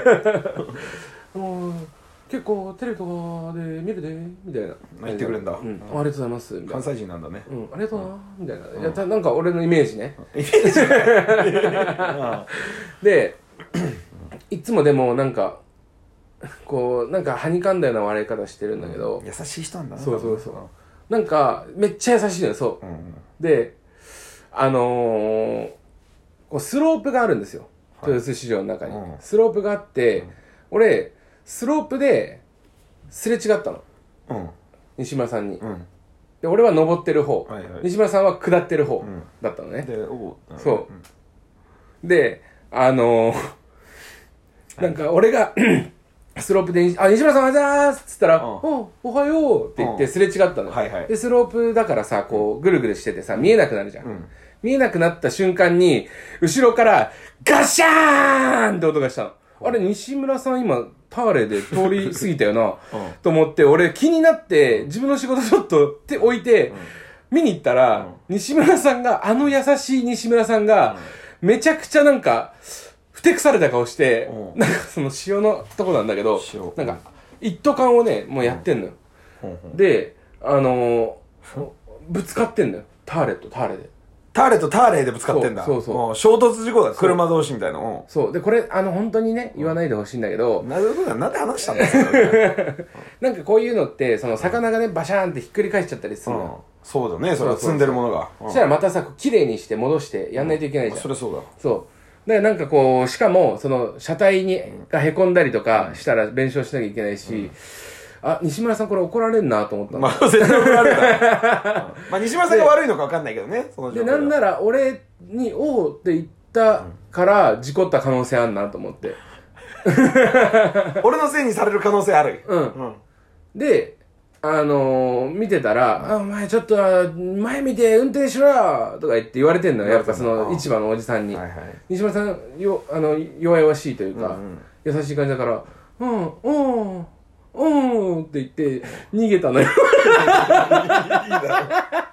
うん結構テレビとかで見るでみたいな言ってくれんだ、 うん、ありがとうございますみたいな。 関西人なんだね。 うん、ありがとうな、みたいな、うん、いやたなんか俺のイメージねイメージでいつもでもなんかこうなんかはにかんだような笑い方してるんだけど、 うん、優しい人なんだな。 そうそうそう、なんかめっちゃ優しいのよ。そう、うんうん、であのー、こうスロープがあるんですよ、はい、豊洲市場の中に、うん、スロープがあって、うん、俺スロープですれ違ったの、うん、西村さんに、うん、で俺は登ってる方、はいはい、西村さんは下ってる方だったのね、うん、でおそう、うん、であのー、なんか俺がスロープで「あ西村さんおはようございます」っつったら「うん、おおはよう」って言ってすれ違ったの、はいはい、でスロープだからさこうぐるぐるしててさ見えなくなるじゃん、うん、見えなくなった瞬間に後ろからガシャーンって音がしたの。あれ西村さん今ターレで通り過ぎたよな、うん、と思って俺気になって自分の仕事ちょっと手置いて、うん、見に行ったら、うん、西村さんがあの優しい西村さんが、うん、めちゃくちゃなんかふてくされた顔して、うん、なんかその塩のとこなんだけどなんか一斗缶をねもうやってんのよ、うん、であのー、ぶつかってんのよターレとターレでターレとターレでぶつかってんだ。そうそうそう。衝突事故だ。車同士みたいな。 そう。そうで、これ、あの、本当にね、言わないでほしいんだけど。 なるほど。なんで話したんですかなんかこういうのって、その、魚がね、バシャーンってひっくり返しちゃったりするの、うん。 そうだね。それは積んでるものが。 そしたらまたさ、綺麗にして戻してやんないといけないじゃん。 それそうだ。 そう。だからなんかこう、しかも、その、車体に、が凹んだりとかしたら弁償しなきゃいけないし、うんあ、西村さんこれ怒られんなと思ったの。 まあ、絶対怒られるな。まあ、西村さんが悪いのか分かんないけどね、その状況で。なんなら、俺に、おうって言ったから、事故った可能性あるなと思って。 俺のせいにされる可能性ある。 うん。うん、で、あのー、見てたら、あ、お前ちょっと、前見て運転しろよとか言って言われてんのよ。やっぱその、市場のおじさんに。はいはい、西村さん、よ、あの、弱々しいというか、うんうん、優しい感じだから、うん、うん、うーんって言って逃げたのよ。いいだろ。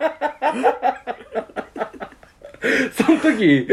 その時、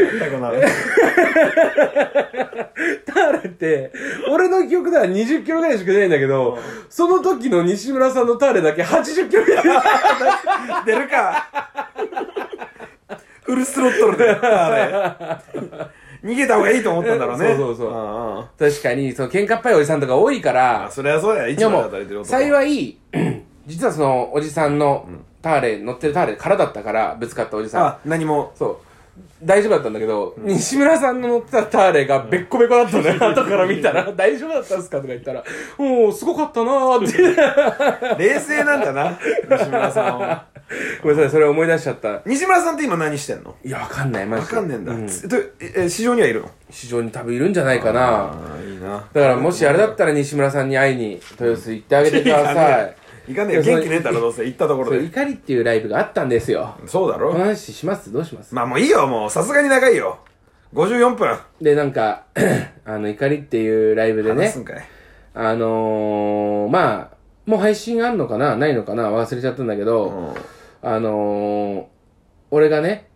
ターレって、俺の記憶ではにじゅっキロぐらいしか出ないんだけど、その時の西村さんのターレだけはちじゅっキロぐらい出るか。フルスロットルで、ターレ。逃げた方がいいと思ったんだろうね。 そうそうそう。ああ確かに、その喧嘩っぱいおじさんとか多いから。 あ、それはそうや。一番働いてる男。 幸い、実はそのおじさんのターレ、乗ってるターレ空だったから、ぶつかったおじさん。 あ、何も。 そう。大丈夫だったんだけど、うん、西村さんの乗ってたターレがべっこべこだったのよ。後から見たら、大丈夫だったんすかとか言ったら、おー、すごかったなーって。 冷静なんだな、西村さんは。 ごめんなさい、それ思い出しちゃった。 西村さんって今何してんの？ いや、わかんない、マジで。 わかんねえんだ。うん、え、市場にはいるの？ 市場に多分いるんじゃないかな。 ああ、いいな。 だからもしあれだったら西村さんに会いに、豊洲行ってあげてください。 行かねえ、元気ねえだろ、どうせ。行ったところで。 怒りっていうライブがあったんですよ。 そうだろ？ この話します？どうします？ まあもういいよ、もう。さすがに長いよ。ごじゅうよんぷん。 で、なんか、あの、怒りっていうライブでね。 話すんかい。 あのー、まあ、もう配信あんのかなないのかな忘れちゃったんだけど、うん、あのー、俺がね、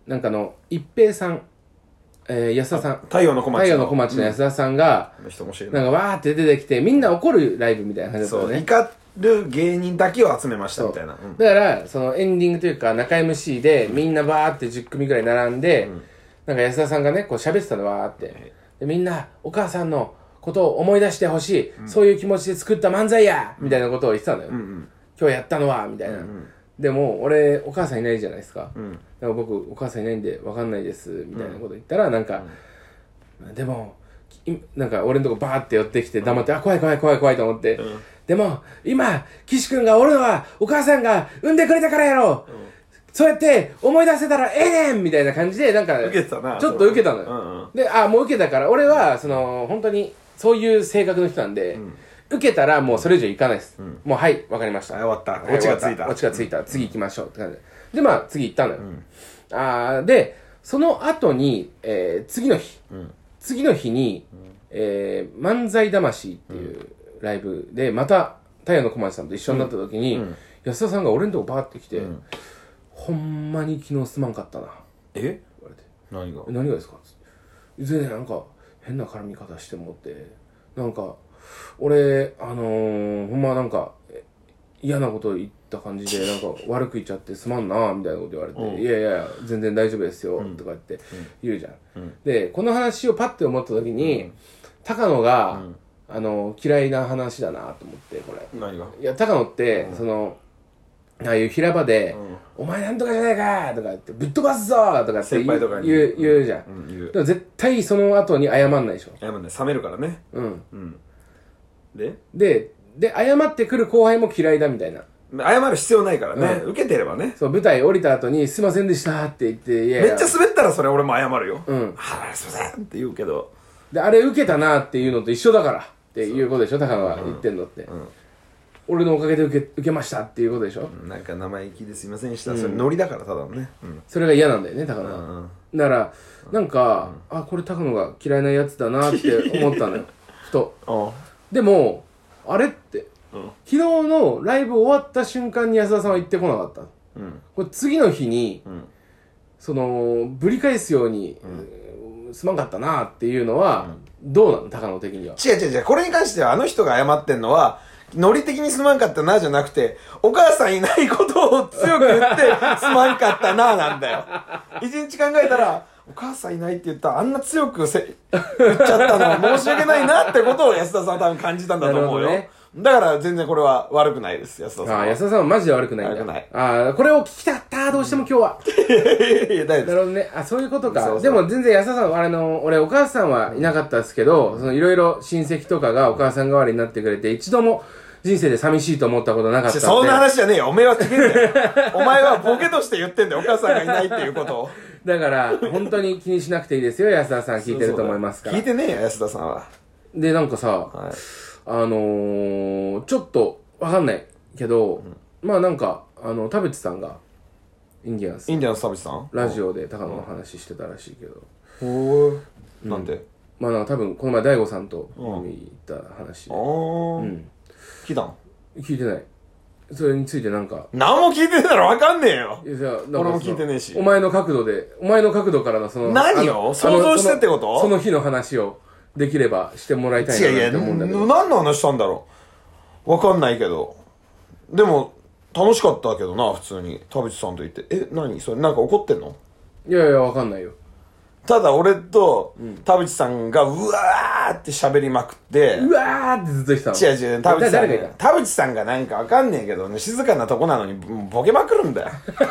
なんかの一平さん、えー、安田さん、 太陽の小町の太陽の小町の安田さんが、 うん、人面白いなんかわーって出てきてみんな怒るライブみたいな感じだったよね。 そう怒る芸人だけを集めましたみたいな、うん、 だからそのエンディングというか中 エムシー でみんなバーってじゅっくみぐらい並んで、うん、なんか安田さんがねこう喋ってたのわーって、はい、でみんなお母さんのことを思い出してほしい、うん、そういう気持ちで作った漫才や、うん、みたいなことを言ってたのよ、うんうん、今日やったのはみたいな、うんうん、でも俺お母さんいないじゃないですか、うん、だから僕お母さんいないんで分かんないですみたいなこと言ったらなんか、うん、でもなんか俺のとこバーって寄ってきて黙って、うん、あ怖い怖い怖い怖いと思って、うん、でも今岸君がおるのはお母さんが産んでくれたからやろ、うん、そうやって思い出せたらええねんみたいな感じでなんか受けてたなちょっと受けたのよ、うんうん、であもう受けたから俺はその本当にそういう性格の人なんで、うん、受けたらもうそれ以上いかないです、うん、もうはいわかりました、 終わった、オチがついたオチがついた、うん、次行きましょうって感じででまあ次行ったのよ、うん、あでその後に、えー、次の日、うん、次の日に、うんえー、漫才魂っていうライブでまた太陽の小町さんと一緒になった時に、うんうん、安田さんが俺のとこバーって来て、うん、ほんまに昨日すまんかったなえ言われて何が何がですか全然なんか変な絡み方してもってなんか俺あのー、ほんまなんか嫌なこと言った感じでなんか悪く言っちゃってすまんなみたいなこと言われて、うん、いやいや全然大丈夫ですよ、うん、とか言って言うじゃん、うん、でこの話をパッて思った時に、うん高野が、うん、あの嫌いな話だなと思ってこれ何がいや高野って、うん、そのああいう平場で、うん、お前なんとかじゃないかとか言ってぶっ飛ばすぞとかって言 う, とか言 う, 言うじゃん、うん、言うでも絶対その後に謝んないでしょ謝んない冷めるからねうん、うん、ででで謝ってくる後輩も嫌いだみたいな謝る必要ないからね、うん、受けてればねそう舞台降りた後にすいませんでしたって言っていやいやめっちゃ滑ったらそれ俺も謝るようんはあすいませんって言うけどであれ受けたなっていうのと一緒だからっていうことでしょ高野が言ってんのって、うんうん、俺のおかげで受け、受けましたっていうことでしょ、 うん、なんか生意気ですいませんでした、うん、それノリだからただのね、 うん、それが嫌なんだよね高野は、うんうん、だからなんか、うん、あこれ高野が嫌いなやつだなって思ったのよふとでもあれって、うん、昨日のライブ終わった瞬間に安田さんは言ってこなかった、うん、これ次の日に、うん、そのぶり返すように、うんすまんかったなっていうのは、うん、どうなの高野的には。 違う違う違う。これに関してはあの人が謝ってんのは、ノリ的にすまんかったなじゃなくて、お母さんいないことを強く言って、すまんかったななんだよ。一日考えたら、お母さんいないって言ったらあんな強くせ言っちゃったのは申し訳ないなってことを安田さんは多分感じたんだと思うよ。ね、だから全然これは悪くないです、安田さんは。 ああ、安田さんはマジで悪くないんだ。悪くない。ああ、これを聞きたかった、どうしても今日は。いやいや、大丈夫です。なるほどね。あ、そういうことか。そうそうでも全然安田さん、あの、俺お母さんはいなかったですけど、そのいろいろ親戚とかがお母さん代わりになってくれて、一度も人生で寂しいと思ったことなかったんで。 そんな話じゃねえよ。お前は聞けんだよ。お前はボケとして言ってんだよ。お母さんがいないっていうことを。 だから、本当に気にしなくていいですよ。安田さん聞いてると思いますから。 聞いてねえよ、安田さんは。 で、なんかさ、はい、あのー、ちょっとわかんないけど、うん、まあなんか、あの、田淵さんが、インディアンス。 インディアンス田淵さんラジオで高野の話してたらしいけど。 ほー。うん、なんでまあなんか多分、この前大悟さんと飲み行った話で。 あー。うん。聞いたん聞いてない。それについてなんか。 何も聞いてねえだろわかんねえよ。 いやじゃあ俺も聞いてねえし。 お前の角度で、お前の角度からのその。 何を想像してってことそ, その日の話をできればしてもらいたいなと思うんだけど。 いやいや、何の話したんだろうわかんないけど。でも、楽しかったけどな、普通に。田淵さんと言って。え、何それなんか怒ってんのいやいや、わかんないよ。 ただ俺と田淵さんがうわーって喋りまくって、 うわーってずっと言ってたの。 違う違う、田淵さんが、田淵さんがなんかわかんねえけど、静かなとこなのにボケまくるんだよ。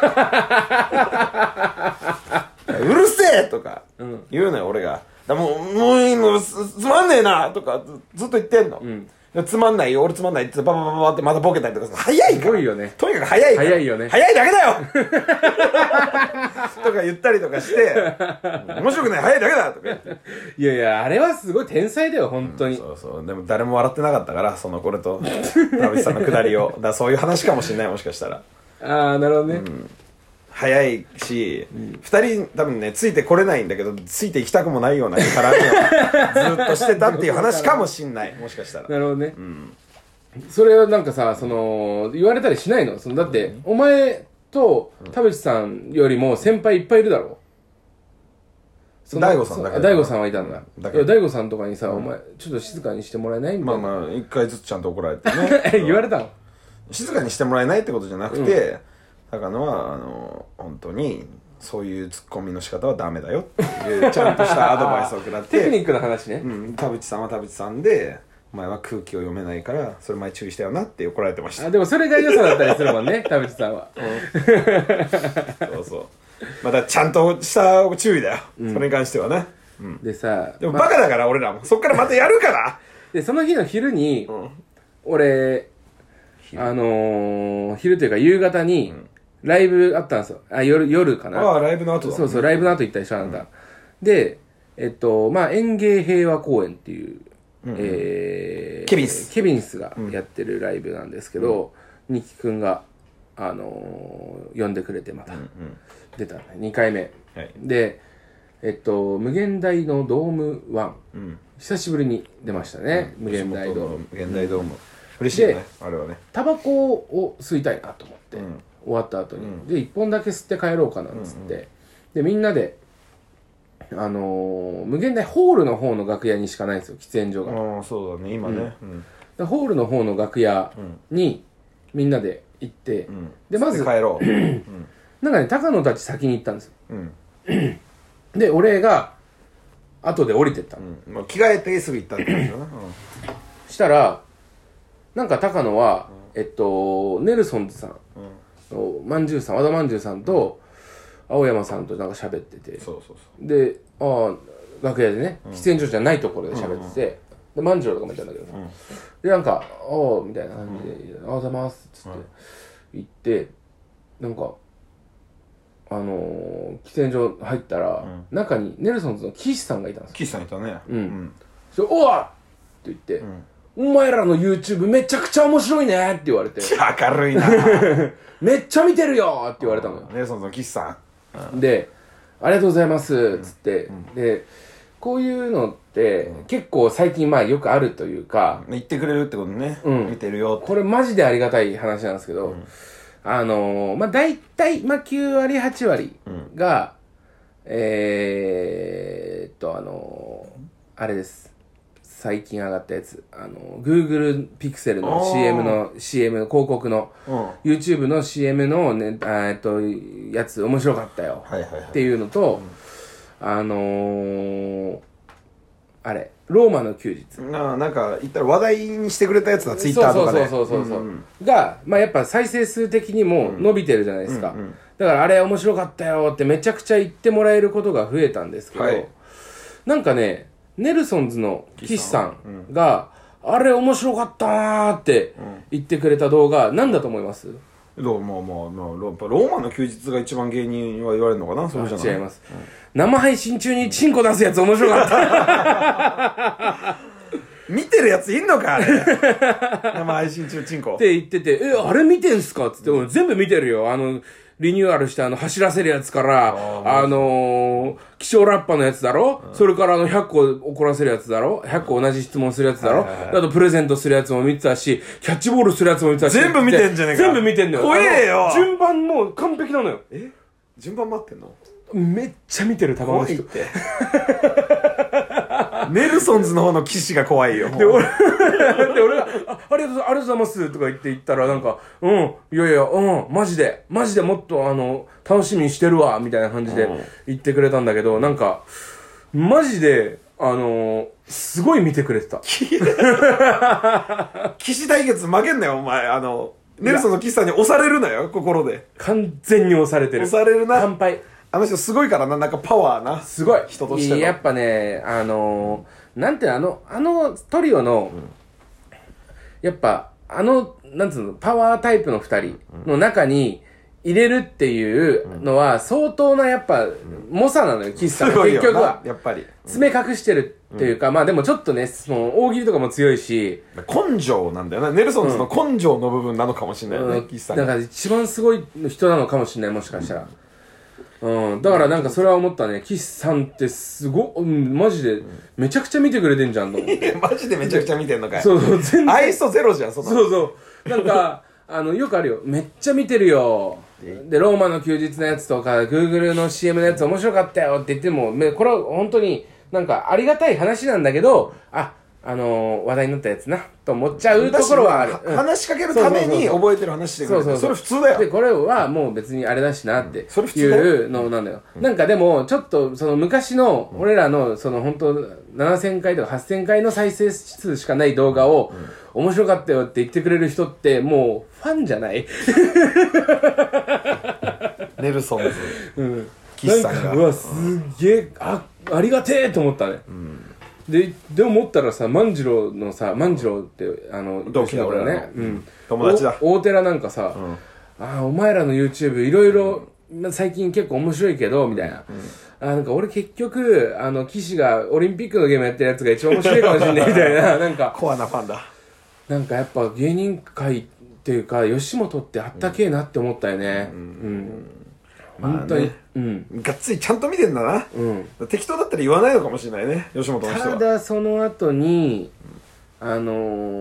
うるせえとか言うのよ、俺が。だもう、もういいの、つまんねえなとかずっと言ってんの。うんつまんないよ、俺つまんないってババババってまたボケたりとか早いから。すごいよね。 とにかく早いから。 早いよね。 早いだけだよとか言ったりとかして、面白くない早いだけだとか言って。 いやいや、あれはすごい天才だよ、本当に。 うん、そうそう。でも誰も笑ってなかったから、そのこれと、田淵さんのくだりを。だからそういう話かもしれない、もしかしたら。 ああ、なるほどね。 うん早いし、うん、二人多分ね、ついてこれないんだけど、ついていきたくもないような絡みをずっとしてたっていう話かもしんない。もしかしたら。 なるほどね。うん、それはなんかさ、その、言われたりしないのそのだって、うん、お前と田淵さんよりも先輩いっぱいいるだろその大悟さんだけだ大悟さんはいたんだ。 だけいや大悟さんとかにさ、お前ちょっと静かにしてもらえないみたいな。 まあまあ一回ずつちゃんと怒られてね言われたの？ 静かにしてもらえないってことじゃなくて、高野はあの本当にそういうツッコミの仕方はダメだよっていうちゃんとしたアドバイスを食らってテクニックの話ね。 うん、田淵さんは田淵さんでお前は空気を読めないからそれ前注意したよなって怒られてました。 あでもそれが良さだったりするもんね田淵さんは、うん、 そうそうまたちゃんとした注意だよ、うん、それに関してはね、うん、 でさでもバカだから俺らもそっからまたやるからでその日の昼に、 うん、 俺あのー、昼というか夕方にライブあったんですよ。あ、夜、夜かな。 ああ、ライブの後だ、ね。 そうそう、ライブの後行ったでしょ、あなた。うん、で、えっと、まあ、園芸平和公園っていう、うん、えー、 ケビンス。 ケビンスがやってるライブなんですけど、うん、ニキ君が、あのー、呼んでくれてまた、うんうん、出たね、にかいめ。はい、で、えっと、無限大のドームワン、うん、久しぶりに出ましたね、うん、無限大ドーム。 無限大ドーム。嬉しいよね、あれはね。 タバコを吸いたいなと思って。うん終わった後に、うん、でいっぽんだけ吸って帰ろうかなんつって、うんうん、でみんなであのー、無限大ホールの方の楽屋にしかないんですよ喫煙所が。 ああそうだね今ね、うんうん、ホールの方の楽屋にみんなで行って、うん、でまず帰ろう、うん、 なんかね高野たち先に行ったんですよ、 うん、 で俺が後で降りてったの、 うんまあ、着替えてすぐ行ったんですよね、 うん、したらなんか高野は、うん、えっとネルソンズさん、うんまんじゅうさん和田まんじゅうさんと青山さんとなんか喋っててそうそうそうでああ楽屋でね、うん、喫煙所じゃないところで喋ってて、うんうん、でまんじゅうとかもいたんだけどさ、うん、でなんか「おお」みたいな感じで「あ、うん、おはようございます」っつって行って、うん、なんかあのー、喫煙所入ったら、うん、中にネルソンズの岸さんがいたんですよ。 岸さんいたねうん、うん、それ「おわっ!」って言って、うんお前らの YouTube めちゃくちゃ面白いねって言われて明るいなめっちゃ見てるよって言われたのよネルソンズの岸さんでありがとうございますっつって、うん、でこういうのって、うん、結構最近まあよくあるというか言ってくれるってことね、うん、見てるよってこれマジでありがたい話なんですけど、うん、あのー、まあ大体、まあ、きゅうわりはちわりが、うん、えーっとあのー、あれです最近上がったやつあの Google Pixel の シーエム の シーエム の広告の YouTube の シーエム の、ね、あえっとやつ面白かったよ、はいはいはい、っていうのと、うん、あのー、あれローマの休日ななんか言ったら話題にしてくれたやつだ Twitter とかでそうそうそうそうそう、うん、が、まあ、やっぱ再生数的にも伸びてるじゃないですか、うんうんうん、だからあれ面白かったよってめちゃくちゃ言ってもらえることが増えたんですけど、はい、なんかねネルソンズの岸さんが、うん、あれ面白かったなーって言ってくれた動画何だと思います？ どうまあまあ、まあ、ローマの休日が一番芸人は言われるのかなそうじゃない違います、うん、生配信中にチンコ出すやつ面白かった見てるやついんのかあれ生配信中チンコって言っててえあれ見てんすかっつって、うん、全部見てるよあのリニューアルしてあの走らせるやつからあのー、気象ラッパのやつだろ、うん、それからあのひゃっこ怒らせるやつだろひゃっこ同じ質問するやつだろ、はいはいはい、あとプレゼントするやつも見てたしキャッチボールするやつも見てたし全部見てんじゃねえか全部見てんのよ怖えよ順番もう完璧なのよえ順番待ってんのめっちゃ見てる高野人ってネルソンズの方の騎士が怖いよで俺で俺があありがとうありがとうございますとか言って言ったらなんかうんいやいやうんマジでマジでもっとあの楽しみにしてるわみたいな感じで言ってくれたんだけどなんかマジであのー、すごい見てくれてた騎士対決負けんなよお前あのネルソンの騎士さんに押されるなよ心で完全に押されてる押されるな乾杯あの人すごいからな、なんかパワーな。 すごい。 人としての。 やっぱね、あのー、なんてあの、あのトリオの、うん、やっぱ、あの、なんつうの、パワータイプの二人の中に入れるっていうのは、相当なやっぱ、猛者なのよ、岸さん。結局は。 やっぱり。 爪隠してるっていうか、うん、まあでもちょっとね、その、大喜利とかも強いし。 根性なんだよな。ネルソンズの根性の部分なのかもしれないよね、 うん、岸さん。だから一番すごい人なのかもしれない、もしかしたら。うんうん、だからなんかそれは思ったね。岸さんってすご、うん、マジでめちゃくちゃ見てくれてんじゃんと思って。 マジでめちゃくちゃ見てんのかい。 そうそう、全然。愛想ゼロじゃん、そんな。 そうそう。なんか、あの、よくあるよ。めっちゃ見てるよ。 でローマの休日のやつとか Google の シーエム のやつ面白かったよって言ってもこれは本当になんかありがたい話なんだけど、ああのー、話題になったやつなと思っちゃうところはある、 うん、話しかけるために覚えてる話してくれる。そうそうそう、それ普通だよ。 でこれはもう別にあれだしなっていうのなんだよ、うん、なんかでもちょっとその昔の俺らのその本当ななせんかいとかはっせんかいの再生数しかない動画を、うん、面白かったよって言ってくれる人ってもうファンじゃないネルソンズ、 うん、 岸さんが、 うわすっげえあありがてえと思ったね、うん、でで思ったらさ万次郎のさ万次郎ってあの同期だ俺らの、うん、友達だ大寺なんかさ、うん、あお前らの YouTube いろいろ最近結構面白いけどみたいな、うん、あなんか俺結局あの岸がオリンピックのゲームやってるやつが一番面白いかもしれないみたいななんかコアなファンだ。 なんかやっぱ芸人界っていうか吉本ってあったけえなって思ったよね。うん、うんまあね、 本当に、うん、 がっつりちゃんと見てんだな、うん、適当だったら言わないのかもしれないね吉本の人は。 ただその後にあの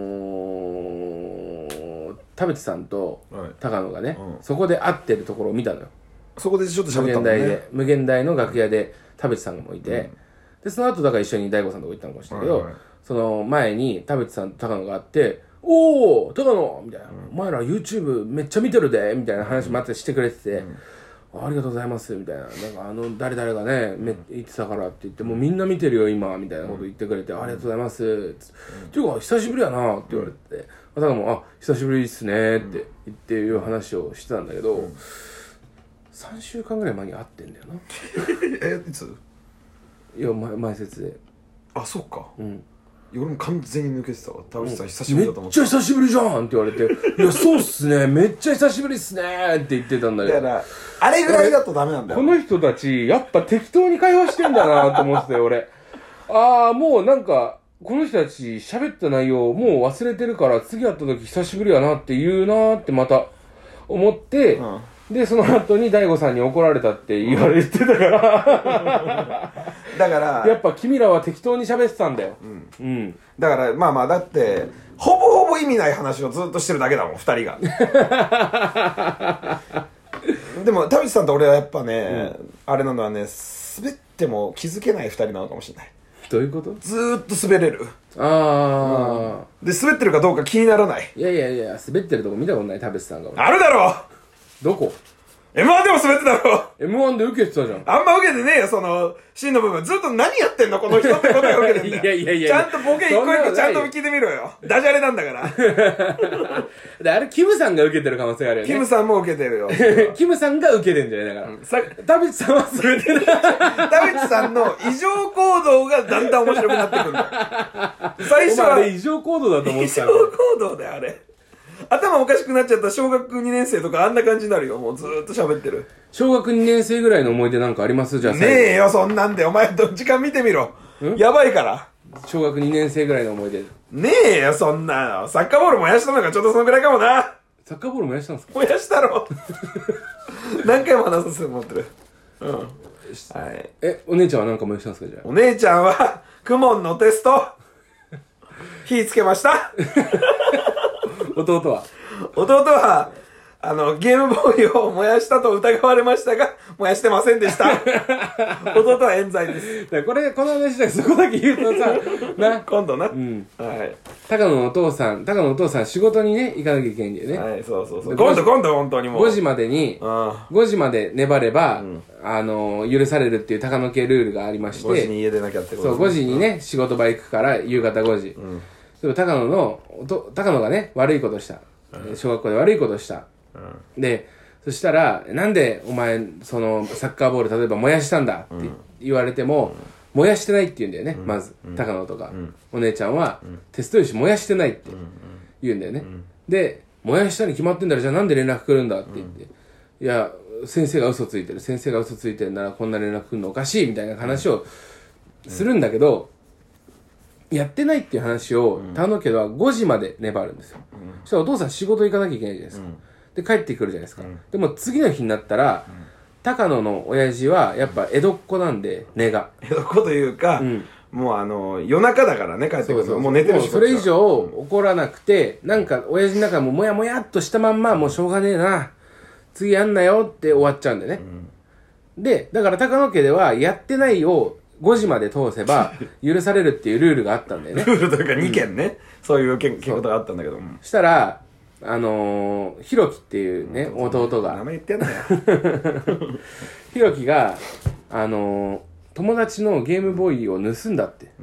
ー、田淵さんと高野がね、はいうん、そこで会ってるところを見たのよ。 そこでちょっと喋ったもんね。無限大で無限大の楽屋で田淵さんもいて、うん、でその後だから一緒に大悟さんのとこ行ったのかもしれないけど、はいはい、その前に田淵さんと高野があっておお高野みたいな、うん、お前ら YouTube めっちゃ見てるでみたいな話もあってしてくれてて、うんありがとうございますみたいな、なんかあの誰々がねめ言ってたからって言ってもうみんな見てるよ今みたいなこと言ってくれて、うん、ありがとうございますっていうか久しぶりやなって言われて、うん、だからもうあ久しぶりっすねって言っていう話をしてたんだけど、うん、さんしゅうかんぐらい前に会ってんだよなえいついや前前説で。 あそっか、 うん俺も完全に抜けてたわ。田淵さん久しぶりだと思って。 めっちゃ久しぶりじゃんって言われていやそうっすねめっちゃ久しぶりっすねって言ってたんだけど、 だからあれぐらいだとダメなんだよ。 この人たちやっぱ適当に会話してんだなと思ってたよ俺。ああもうなんかこの人たち喋った内容もう忘れてるから次会った時久しぶりやなって言うなってまた思って、うんでその後に大悟さんに怒られたって言われてたからだからやっぱ君らは適当に喋ってたんだよ、うん、うん、 だからまあまあだってほぼほぼ意味ない話をずっとしてるだけだもんふたりがでも田淵さんと俺はやっぱね、うん、あれなのはね滑っても気づけないふたりなのかもしれない。 どういうこと？ ずーっと滑れる。 ああ、 うん、で滑ってるかどうか気にならない。 いやいやいや滑ってるとこ見たことない田淵さんが。 あるだろどこ？ エムワン でも滑ってたろ。 エムワン で受けてたじゃん。 あんま受けてねえよその芯の部分ずっと何やってんのこの人って答えを受けてんだよ。いやいやいやちゃんとボケ一個一個ちゃんと聞いてみろよ。ダジャレなんだからであれキムさんが受けてる可能性があるよね。 キムさんも受けてるよキムさんが受けてんじゃないだから、うん、さ田淵さんは滑ってない田淵さんの異常行動がだんだん面白くなってくるんだよ最初はお前あれ異常行動だと思ってた。 異常行動だよあれ。頭おかしくなっちゃった小学にねん生とかあんな感じになるよ。もうずーっと喋ってる。 小学にねん生ぐらいの思い出なんかあります？じゃあねえよそんなんで。お前時間見てみろ。やばいから小学にねん生ぐらいの思い出。 ねえよそんなの。サッカーボール燃やしたのがちょっとそのぐらいかもな。 サッカーボール燃やしたんですか？ 燃やしたろ何回も話させてもらってる。うんはい。 えお姉ちゃんは何か燃やしたんですか？じゃあお姉ちゃんはクモンのテスト火つけました弟は弟はあのゲームボーイを燃やしたと疑われましたが燃やしてませんでした弟は冤罪です。 だこれこの話だけそこだけ言うとさな今度な、 うん、 はい高野のお父さん高野のお父さん仕事にね行かなきゃいけないんだよね。 はいそうそうそう今度今度本当にもうごじまでにごじまで粘れば、うん、あの許されるっていう高野系ルールがありましてごじに家出なきゃってこと、 ね、そうごじにね仕事場行くから夕方ごじ、うん、でも高野の高野がね悪いことした、うん、小学校で悪いことした、うん、でそしたらなんでお前そのサッカーボール例えば燃やしたんだって言われても、うん、燃やしてないって言うんだよね、うん、まず、うん、高野とか、うん、お姉ちゃんは、うん、テスト用紙燃やしてないって言うんだよね、うん、で燃やしたに決まってんだろじゃあなんで連絡来るんだって言って、うん、いや先生が嘘ついてる先生が嘘ついてるならこんな連絡来るのおかしいみたいな話をするんだけど、うん、やってないっていう話を田野家はごじまで粘るんですよ、うん、そしたらお父さん仕事行かなきゃいけないじゃないですか、うん、で帰ってくるじゃないですか、うん、でも次の日になったら、うん、高野の親父はやっぱ江戸っ子なんで根が江戸っ子というか、うん、もうあの夜中だからね帰ってくるともう寝てるしそれ以上怒らなくて、うん、なんか親父の中ももやもやっとしたまんまもうしょうがねえな次やんなよって終わっちゃうんだよね、うん、でだから高野家ではやってないをごじまで通せば許されるっていうルールがあったんだよねルールというかにけんね、うん、そういうことがあったんだけど、うん、 したらあのー、ひろきっていうね、うん、弟が名前言ってやんなよひろきがあのー、友達のゲームボーイを盗んだって、 うん、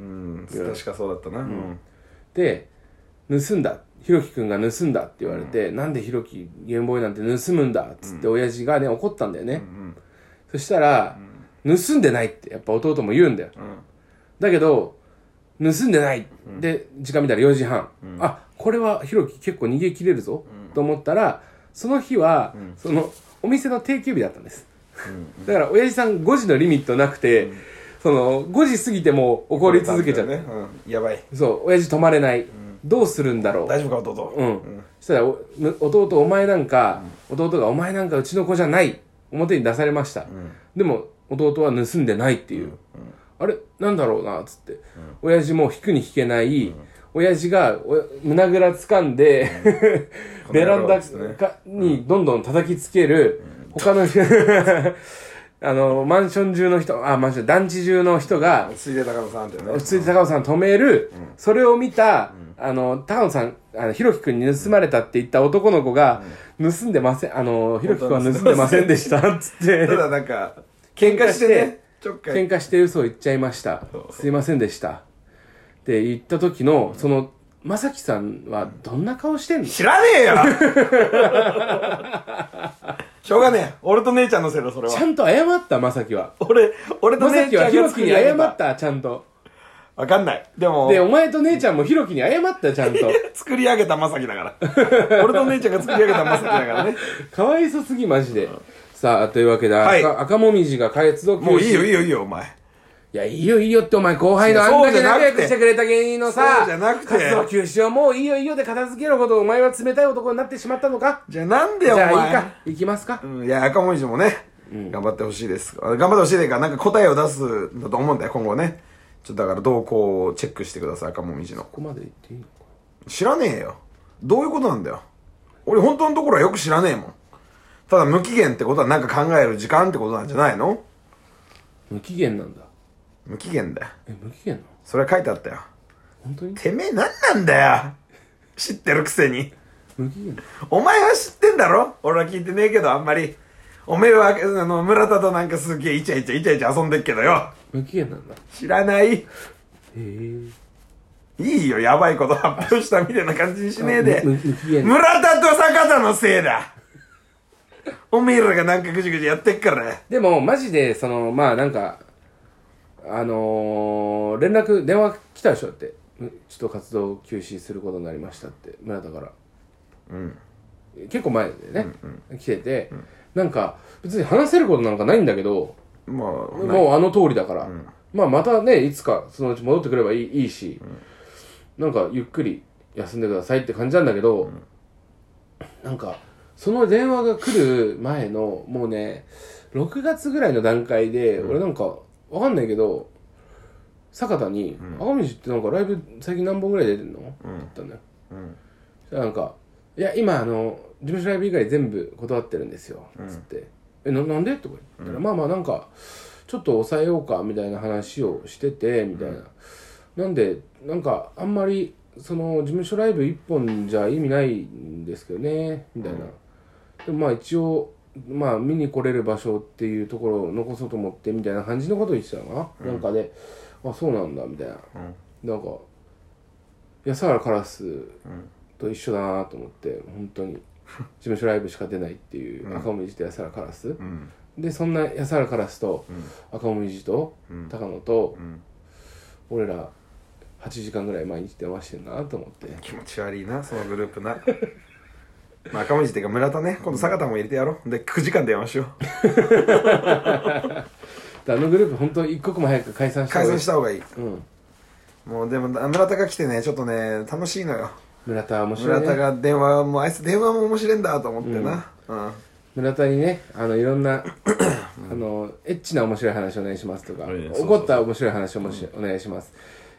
確かそうだったな、うん、 で盗んだひろきくんが盗んだって言われて、うん、なんでひろきゲームボーイなんて盗むんだっつって親父がね怒ったんだよね、うんうん、そしたら、うん、盗んでないってやっぱ弟も言うんだよ、うん、だけど盗んでない、うん、で時間見たらよじはん、うん、あこれはひろき結構逃げ切れるぞ、うん、と思ったらその日は、うん、そのお店の定休日だったんです、うん、だから親父さんごじのリミットなくて、うん、そのごじ過ぎても怒り続けちゃって、ねうん、やばいそう親父止まれない、うん、どうするんだろう大丈夫か弟、 うんうん、そしたら弟お前なんか、うん、弟がお前なんかうちの子じゃない表に出されました、うん、でも弟は盗んでないっていう、うんうん、あれなんだろうなっつって、うん、親父も引くに引けない、うん、親父が胸ぐら掴んで、うん、ベランダかにどんどん叩きつける、うん、他のあのマンション中の人あマンション団地中の人がついで高野さんってねついで高野さん止める、うん、それを見た、うん、あの高野さんあのひろきくんに盗まれたって言った男の子が、うん、盗んでませんあのひろきくんは盗んでませんでしたっつってただなんか喧嘩してねちょっかい喧嘩して嘘を言っちゃいましたすいませんでしたって言った時の、うん、そのまさきさんはどんな顔してんの知らねえよしょうがねえ俺と姉ちゃんのせいだそれはちゃんと謝ったまさきは俺俺と姉ちゃんがまさきはひろきに謝ったちゃんとわかんないでもでお前と姉ちゃんもひろきに謝ったちゃんと作り上げたまさきだから俺と姉ちゃんが作り上げたまさきだからねかわいそすぎマジで、うん、さあというわけで、はい、赤, 赤もみじが活動休止もういいよいいよいいよお前いや、いいよいいよってお前後輩のあんだけ仲良くしてくれた芸人のさ、 そうじゃなくて活動休止をもういいよいいよで片付けるほどお前は冷たい男になってしまったのかじゃあなんでよお前じゃあいいか、行きますか、 うん、いや、赤もみじもね、うん、頑張ってほしいです。頑張ってほしいでか、なんか答えを出すんだと思うんだよ、今後ね。ちょっとだから動向をチェックしてください、赤もみじの。 ここまで言っていいのか知らねえよ。どういうことなんだよ。俺本当のところはよく知らねえもん。ただ無期限ってことはなんか考える時間ってことなんじゃないの？ 無期限なんだ。 無期限だよ。 え、無期限なの？ それは書いてあったよ。 本当に？ てめえ何なんだよ。知ってるくせに。 無期限？ お前は知ってんだろ？俺は聞いてねえけどあんまり。おめえは、あの、村田となんかすげえイチャイチャイチャイチャ遊んでっけどよ。 無期限なんだ。 知らない。へえ。 いいよ、やばいこと発表したみたいな感じにしねえで。 無期限。 村田と坂田のせいだ。おめえらがなんかぐじぐじやってっから。 でも、マジで、その、まあなんか、あのー、連絡、電話来たでしょって。ちょっと活動休止することになりましたって、村田から。 うん。 結構前でね、うんうん、来てて、うん、なんか、別に話せることなんかないんだけど、 まあ、 もうあの通りだから、うん、まあまたね、いつかそのうち戻ってくればいい、いいし、うん、なんかゆっくり休んでくださいって感じなんだけど、うん、なんか、その電話が来る前の、もうね、ろくがつぐらいの段階で、うん、俺なんか、わかんないけど、坂田に、うん、赤道ってなんかライブ最近何本ぐらい出てんの、うん、って言ったんだよ。うん、そしたらなんか、いや、今あの、事務所ライブ以外全部断ってるんですよ、つって。うん、え、な、なんでとか言ったら、うん、まあまあなんか、ちょっと抑えようか、みたいな話をしてて、みたいな。うん、なんで、なんか、あんまり、その、事務所ライブ一本じゃ意味ないんですけどね、みたいな。うん、でもまあ一応、まあ見に来れる場所っていうところを残そうと思って、みたいな感じのことを言ってたのかな、うん、なんかで、あ、そうなんだ、みたいな。うん、なんか、安原カラス、うんと一緒だなと思って本当に事務所ライブしか出ないっていう赤もみじと安原カラス、うん、でそんな安原カラスと赤もみじと高野と、うん、俺らはちじかんぐらい毎日電話してんなと思って気持ち悪いなそのグループなまあ赤もみじっていうか村田ね今度坂田も入れてやろうでくじかん電話しようあのグループ本当一刻も早く解散した方がいい解散した方がいい、うん、もうでも村田が来てねちょっとね楽しいのよ村田は面白いね村田が電話もあいつ電話も面白いんだと思ってな、うんうん、 村田にねあのいろんなあのエッチな面白い話お願いしますとか、うん、怒った面白い話をもし、うん、お願いします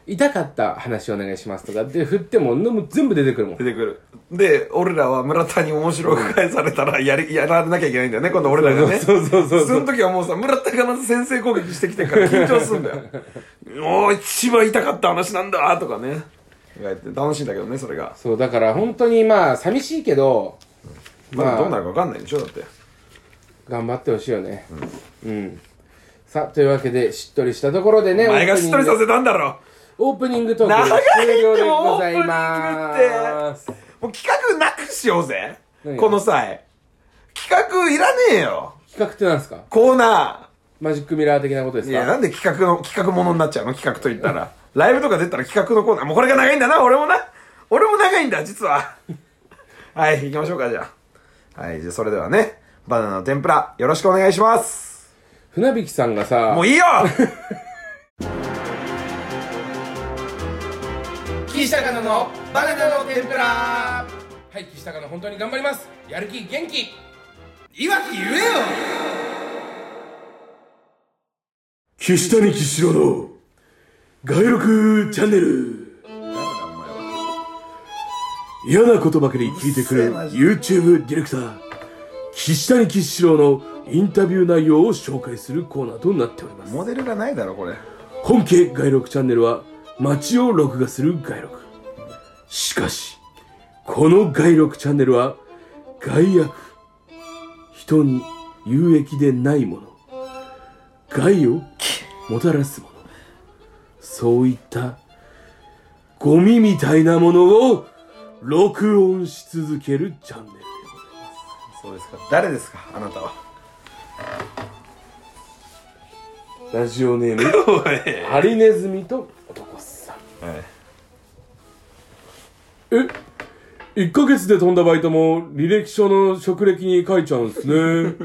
痛かった話お願いしますとかって振っても、もう全部出てくるもん。 出てくる。で、俺らは村田に面白く返されたらやり、やらなきゃいけないんだよね、今度俺らがね。 そうそうそうそう。 その時はもうさ、村田がまず先制攻撃してきてから緊張するんだよ。もう一番痛かった話なんだとかね。言って楽しいんだけどね、それが。 そう、だから本当にまあ、寂しいけど、 まあ、どうなるか分かんないでしょ、だって。 頑張ってほしいよね。うん。うん。さあ、というわけで、しっとりしたところでね、 お前がしっとりさせたんだろ。 オープニングトーク終了でございます。 もう企画なくしようぜ。この際。企画いらねえよ。 企画ってなんですか？ コーナー。マジックミラー的なことですか？ いや、なんで企画の、企画ものになっちゃうの？企画と言ったら。ライブとか出たら企画のコーナー。もうこれが長いんだな、俺もな。俺も長いんだ、実は。はい、行きましょうか、じゃあ。はい、じゃあそれではね、バナナの天ぷら、よろしくお願いします。 船引さんがさ、 もういいよ岸高野のバナナの天ぷら。はい、岸高野本当に頑張ります。やる気元気。 いわき言えよ。 岸谷岸郎の外録チャンネル。嫌なことばかり聞いてくる YouTube ディレクター岸谷岸郎のインタビュー内容を紹介するコーナーとなっております。 モデルがないだろこれ。 本家外録チャンネルは街を録画する外録。しかしこの外録チャンネルは害悪、人に有益でないもの、害をもたらすもの、そういったゴミみたいなものを録音し続けるチャンネルでございます。 そうですか。誰ですかあなたは。 ラジオネームハリネズミと男さん。はい、 え、いっかげつで飛んだバイトも履歴書の職歴に書いちゃうんですね。へ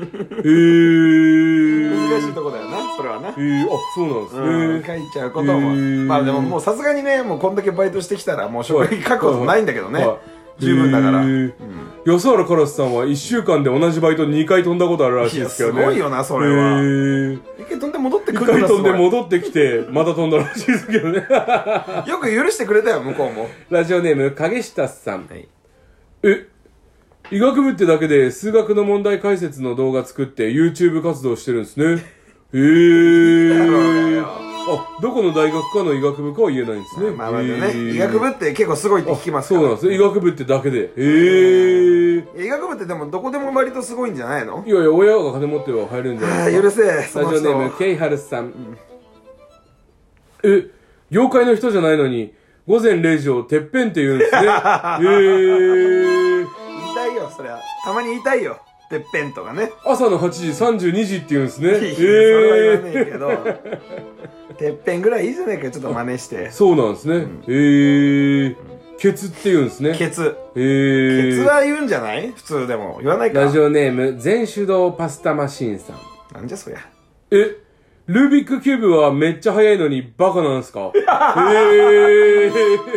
ー。 難しいとこだよな、それはな。 へー、あ、そうなんですね。 うん、書いちゃうことも。まあでももうさすがにね、もうこんだけバイトしてきたらもう職歴書くことないんだけどね。はいはい、十分だから。うん、 安原カラスさんはいっしゅうかんで同じバイトにかい飛んだことあるらしいですけどね。 すごいよな、それは。いっかい飛んで戻ってくるんだ。 いっかい飛んで戻ってきて、また飛んだらしいですけどね。 よく許してくれたよ、向こうも。 ラジオネーム、影下さん。はい、 え、医学部ってだけで数学の問題解説の動画作って YouTube 活動してるんですね。へー。あ、どこの大学かの医学部かは言えないんですね。 まあまあね、医学部って結構すごいって聞きますから。そうなんですね。医学部ってだけで。へー。 医学部ってでもどこでも割とすごいんじゃないの？ いやいや、親が金持っては入れるんじゃないですか。 許せ。 ラジオネーム、ケイハルさん。 え、業界の人じゃないのに、午前れいじをてっぺんって言うんですね。へー。 言いたいよ、そりゃ。たまに言いたいよ。てっぺんとかね。 朝のはちじさんじゅうにじって言うんですね。 えー、それは言わねえけど。てっぺんぐらいいいじゃないか、ちょっと真似して。 そうなんですね。うん、えー。ケツって言うんですね。 ケツ。 えー。 ケツは言うんじゃない？普通でも。言わないか。 ラジオネーム、全手動パスタマシンさん。 なんじゃそりゃ。 え、ルービックキューブはめっちゃ速いのにバカなんすか？えー。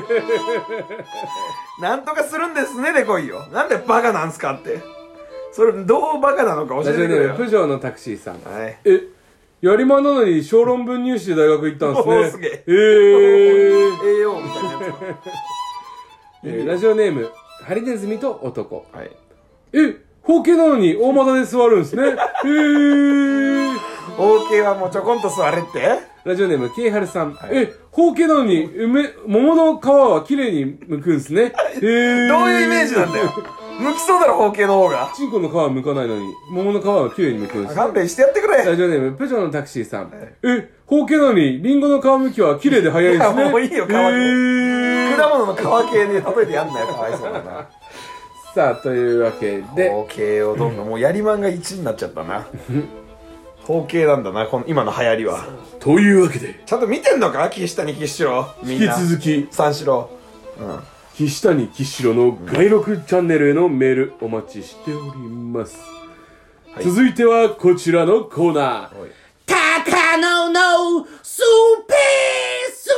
なんとかするんですねで来いよ。なんでバカなんすかって。それどうバカなのか教えてくれよ。 ラジオネーム、プジョーのタクシーさん。 はい。 え、やりまんなのに小論文入試で大学行ったんですね。 おー、すげえ。 えー。 栄養みたいなやつ。えー、ラジオネーム、ハリネズミと男。 はい。 え、包茎なのに大股で座るんですね。えー。 包茎はもうちょこんと座れって？ ラジオネーム、ケイハルさん。 はい、え、包茎なのに、梅、桃の皮は綺麗に剥くんですね。えー。 どういうイメージなんだよ。剥きそうだろ、包茎の方が。 チンコの皮は剥かないのに、桃の皮は綺麗に剥くんです。 勘弁してやってくれ。 ラジオネーム、プジョーのタクシーさん。 え、包茎なのに、リンゴの皮剥きは綺麗で早いんですね。 いや、もういいよ、皮系。えー、果物の皮系に例えてやんなよ、かわいそうだな。 さあ、というわけで。 包茎をどんどん、もうやりまんがいちになっちゃったな。包茎なんだな、この今の流行りは。 というわけで。 ちゃんと見てんのか岸谷岸郎。 みんな。引き続き。 三四郎。うん。 岸谷岸郎の外録チャンネルへのメールお待ちしております、はい、続いてはこちらのコーナー、 高野のスーペース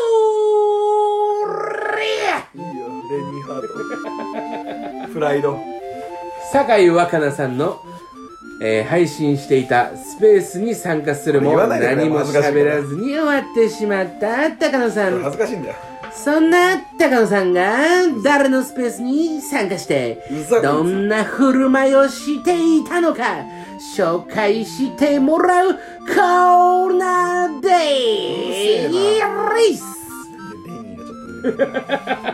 ーいいよレニーハートプライド。 酒井若菜さんのえー配信していたスペースに参加するも言わないでくれ何も恥ずかしいから喋らずに終わってしまった高野さん。 恥ずかしいんだよ。 そんな高野さんが誰のスペースに参加してうざいどんな振る舞いをしていたのか紹介してもらうコーナーでせえなーす。 レニーがちょっ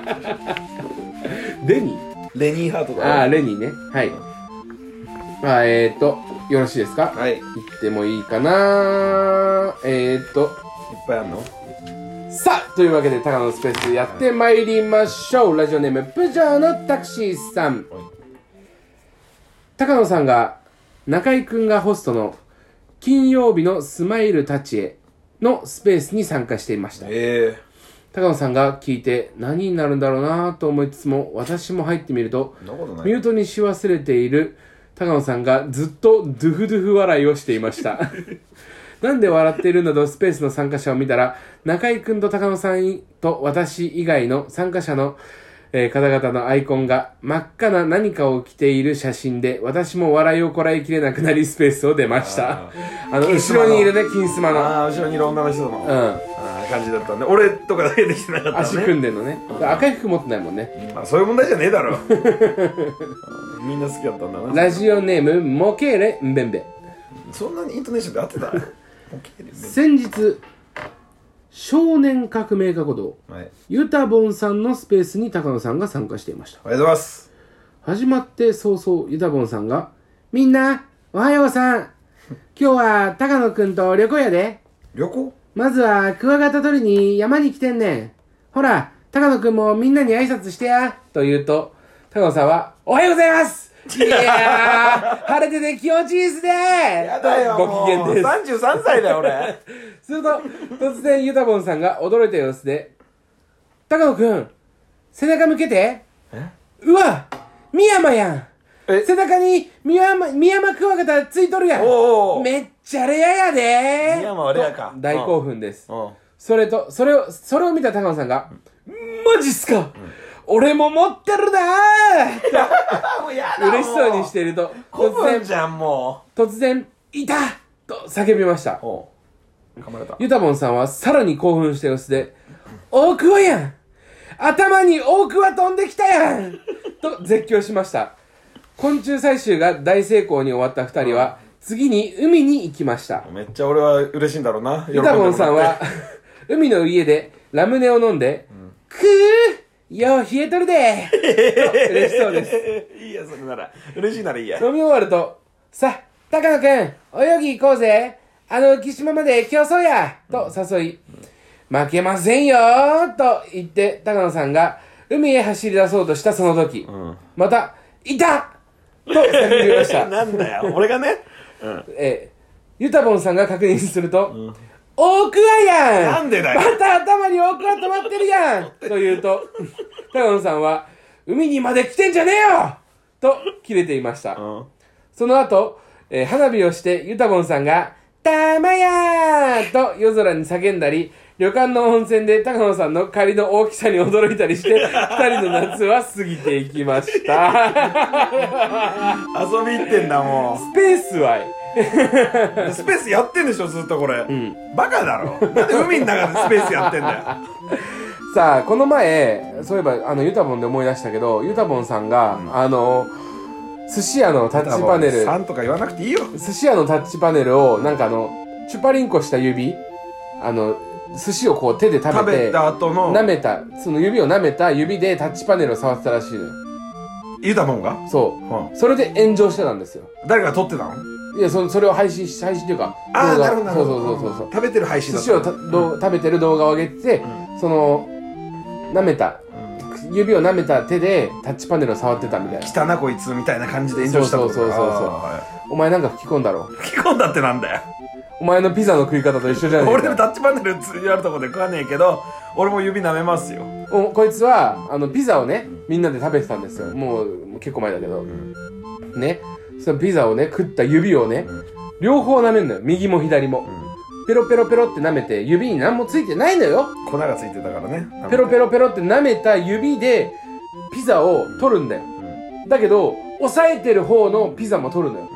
とレニーレニーハートだ。 ああ、レニーね。はい。あえーと、よろしいですか？ はい。いっ言ってもいいかな。えーと、 ぱいあんの？ さあというわけで高野のスペースやってまいりましょう。ラジオネームプジョーのタクシーさん。高野さんが中居くんがホストの金曜日のスマイルタチへのスペースに参加していました。 え高野さんが聞いて何になるんだろうなと思いつつも私も入ってみるとえー。そんなことない。 ミュートにし忘れている高野さんがずっとドゥフドゥフ笑いをしていましたなんで笑っているなどスペースの参加者を見たら中居くんと高野さんと私以外の参加者の、えー方々のアイコンが真っ赤な何かを着ている写真で私も笑いをこらえきれなくなりスペースを出ましたああの金スマの後ろにいるね金スマのああ、後ろにいる女の人の、 うんあー感じだったんで、俺とかだけできてなかったのね。 足組んでんのね赤い服持ってないもんねまあ、そういう問題じゃねえだろ。みんな好きだったんだな。 ラジオネームモケーレンベンベそんなにイントネーションで合ってた？ 先日少年革命家ことはい。ありユタボンさんのスペースに高野さんが参加していました。 がとうございます。 始まって早々ユタボンさんがみんなおはようさん今日は高野くんと旅行やで旅行？ まずはクワガタ取りに山に来てんねんほら高野くんもみんなに挨拶してやと言うと高野さんはおはようございますいやー晴れてて気持ちいいっすねやだよ、 とご機嫌ですさんじゅうさんさいだよ、俺。 すると突然ユタボンさんが驚いた様子で高野くん背中向けてえうわ深山やんえ背中に深山深山クワガタついとるやんおうおうめっちゃレアやで深山はレアかと大興奮ですうん。 それとそれをそれを見た高野さんがマジっすか、俺も持ってるなーもうやと嬉しそうにしていると古突然文じゃん、も突然いたと叫びましたう。おう。噛まれた。 ユタボンさんはさらに興奮した様子で大桑やん頭に大桑飛んできたやんと絶叫しました昆虫採集が大成功に終わったふたりは次に海に行きましためっちゃ俺は嬉しいんだろうな。 ユタボンさんは海の家でラムネを飲んで、くーよう冷えとるでと嬉しそうですいいや、それなら。嬉しいならいいや。 飲み終わるとさ高野くん泳ぎ行こうぜあの浮島まで競争やと誘い、負けませんよーと言って高野さんが海へ走り出そうとしたその時、 んまたいたと叫びましたなんだよ、俺がね。うん。 えー、ユタボンさんが確認すると、大桑やんなんでだよまた頭に大桑止まってるやんと言うと高野さんは海にまで来てんじゃねえよと切れていました、 うん。 その後、えー花火をしてユタボンさんがたまやーと夜空に叫んだり旅館の温泉で高野さんの仮の大きさに驚いたりして二人の夏は過ぎていきました遊び行ってんだ、もスペースはいう。スペースやってんでしょ、ずっとこれ。 んバカだろ。なんで海の中でスペースやってんだよ。 さあこの前そういえばあのユタボンで思い出したけどユタボンさんが、あの寿司屋のタッチパネルさんとか言わなくていいよ。 寿司屋のタッチパネルをなんかあのチュパリンコした指あの寿司をこう手で食食べてべた後の舐めたその指を舐めた指でタッチパネルを触ってたらしいのよユタボンが、 そううそれで炎上してたんですよん、誰が撮ってたの？ いやそそれを配信し配信っていうかああ、 動画なるほどなるほど。 そうそうそうそう食べてる配信だ寿った司をたどう食べてる動画を上げて、 うその舐めたうん指を舐めた手でタッチパネルを触ってたみたいな汚なこいつみたいな感じで炎上したってことそうそうそうそうそうあーはいお前なんか吹き込んだろ吹き込んだってなんだよ。 お前のピザの食い方と一緒じゃない俺でもタかッチパネルつやるとこで食わねえけど、俺も指舐めますよ。 おこいつはあのピザをねみんなで食べてたんですよもうもう結構前だけど、ねそのピザをね食った指をね、両方舐めるのよ右も左も、ペロペロペロって舐めて指に何もついてないのよ粉がついてたからね。 ペロペロペロって舐めた指でピザを取るんだよ、だけど押さえてる方のピザも取るのよ、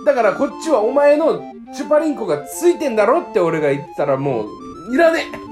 だからこっちはお前のチュパリンコがついてんだろって俺が言ったらもういらねえ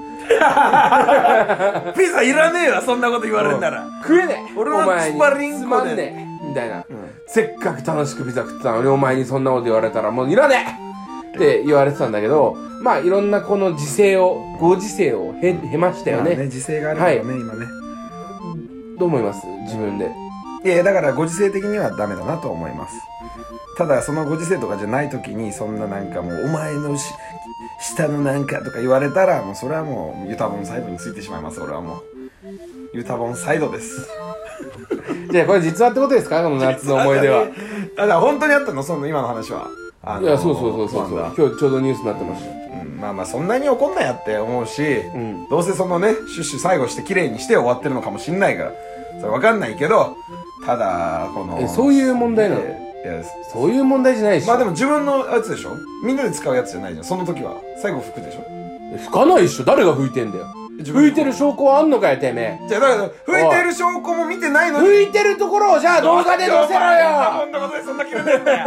ピザいらねえわ、そんなこと言われるなら。 食えねえ俺はお前にチュパリンコでつまんねえみたいな、せっかく楽しくピザ食ったのにお前にそんなこと言われたらもういらねえって言われてたんだけど、まあいろんなこの時勢をご時世を経経ましたよね。 まあね、時勢があるからね、 はい今ね。 どう思います自分で？ いや、だからご時世的にはダメだなと思います。ただそのご時世とかじゃない時にそんななんかもうお前のし下のなんかとか言われたら、もうそれはもうユタボンサイドについてしまいます。俺はもうユタボンサイドです。 じゃあこれ実話ってことですか、この夏の思い出は？ だから本当にあったの、その今の話は。あのいやそうそうそうそうそう、 なんだ今日ちょうどニュースになってました。 うん、まあまあそんなに怒んなやって思うし、 んどうせそのねシュッシュ最後して綺麗にして終わってるのかもしんないからそれ分かんないけど、ただこのえそういう問題なの？ いやそういう問題じゃないし。 まあでも自分のやつでしょ、みんなで使うやつじゃないじゃん。その時は最後拭くでしょ。 吹かないっしょ、誰が吹いてんだよ。 自分吹いてる証拠はあんのかよてめえ。 じゃあだから拭いてる証拠も見てないのに吹いてるところをじゃあ動画で載せろよ。 こんなことでそんな決めてんだよ。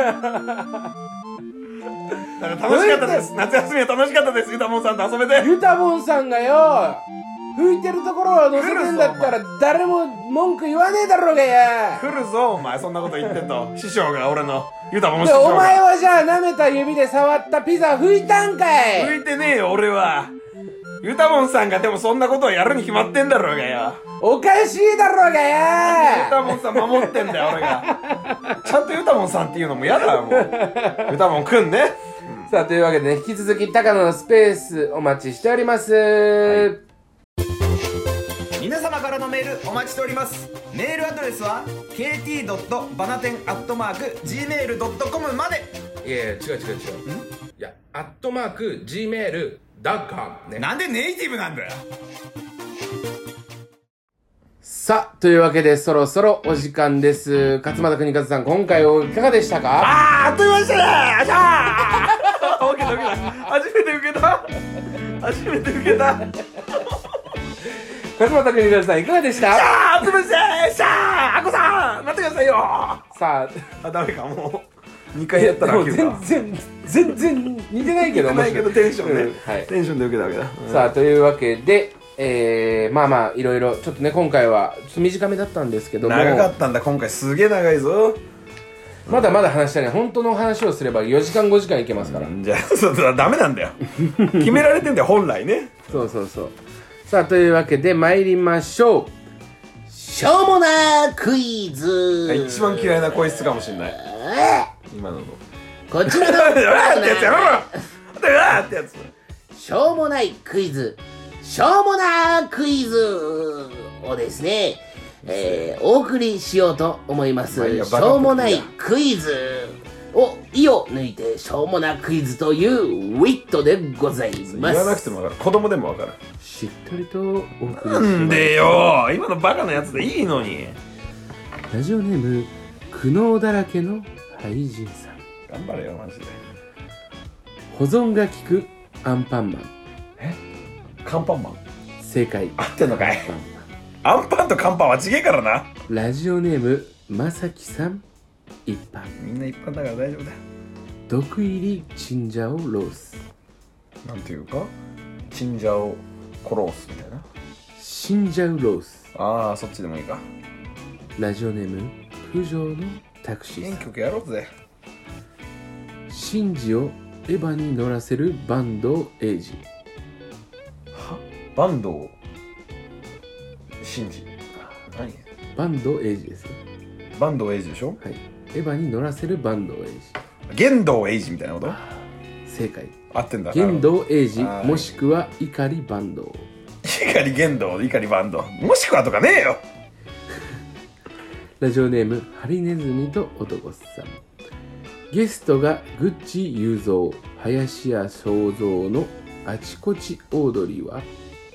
だから楽しかったです。夏休みは楽しかったです。ユタモンさんと遊べて。 ユタボンさんがよ吹いてるところを載せてんだったら誰も文句言わねえだろうがや。 来るぞお前、そんなこと言ってんと。師匠が俺のユタモン師で匠が。 お前はじゃあ舐めた指で触ったピザ吹いたんかい。 拭いてねえよ俺は。ユタモンさんがでもそんなことをやるに決まってんだろうがよ。 おかしいだろうがユや。 タモンさん守ってんだよ俺が。ちゃんとユタモンさんっていうのも嫌だよもう。ユタモンくんね。 さあというわけでね、引き続き高野のスペースお待ちしております、はい、 皆様からのメールお待ちしております。メールアドレスは ケーティードットバナテンアットマークジーメールドットコム まで。 いやいや違う違う違う。いやアットマーク ジーメールドットコム ね。 なんでネイティブなんだよ。 さあというわけでそろそろお時間です。勝俣邦和さん、今回はいかがでしたか？ あーあっという間でしたね。あしゃー受けた受けた。初めて受けた。初めて受けた。 勝俣邦和さんいかがでした？ しゃーつぶしてーしゃーあこさん待ってくださいよ。 さああダメかもうにかいやったらでも全然全然似てないけど似てないけどテンションね、 うんはい、 テンションで受けたわけだ、うん、 さあというわけでえー、まあまあいろいろちょっとね今回はちょっと短めだったんですけども、 長かったんだ今回。すげえ長いぞ。 まだまだ話したいね。本当の話をすればよじかんごじかんいけますから、 うん、じゃあそうダメなんだよ。決められてんだよ本来ね。 そうそうそう。さあというわけで参りましょう。 しょうもなクイズ。 一番嫌いな声質かもしんない今のの。 こちらのうわーってやつやめろ。うわーってやつ。 しょうもないクイズ、しょうもなクイズをですね、えー、お送りしようと思います。 まあいいやしょうもないクイズを意を抜いてしょうもなクイズというウィットでございます。 言わなくても分かる。子供でも分かる。 しっとりとお送りします。 なんでよ今のバカなやつでいいのに。 ラジオネーム苦悩だらけの俳人さん。 頑張れよマジで。 保存が効くアンパンマン。 カンパンマン正解。 合ってんのかい。アンパンとカンパンは違えからな。 ラジオネームまさきさん。一般。 みんな一般だから大丈夫だよ。 毒入りチンジャオロース。 なんていうかチンジャオコロースみたいな。 チンジャオロース。 ああそっちでもいいか。 ラジオネーム九条のタクシー原さん。 曲やろうぜ。 シンジをエヴァに乗らせる坂東英二。 は坂東真司。何坂東英二ですよ。 坂東英二でしょ。 はい。エヴァに乗らせる坂東英玄道英二みたいなこと。 二。正解。 合ってんだ。 玄道英二はいもしくは怒り坂東。 怒り玄道怒りバンドもしくはとかねえよ。 ラジオネームハリネズミと男さん。ゲストがグッチ雄三、林家正蔵のあちこちオードリーは。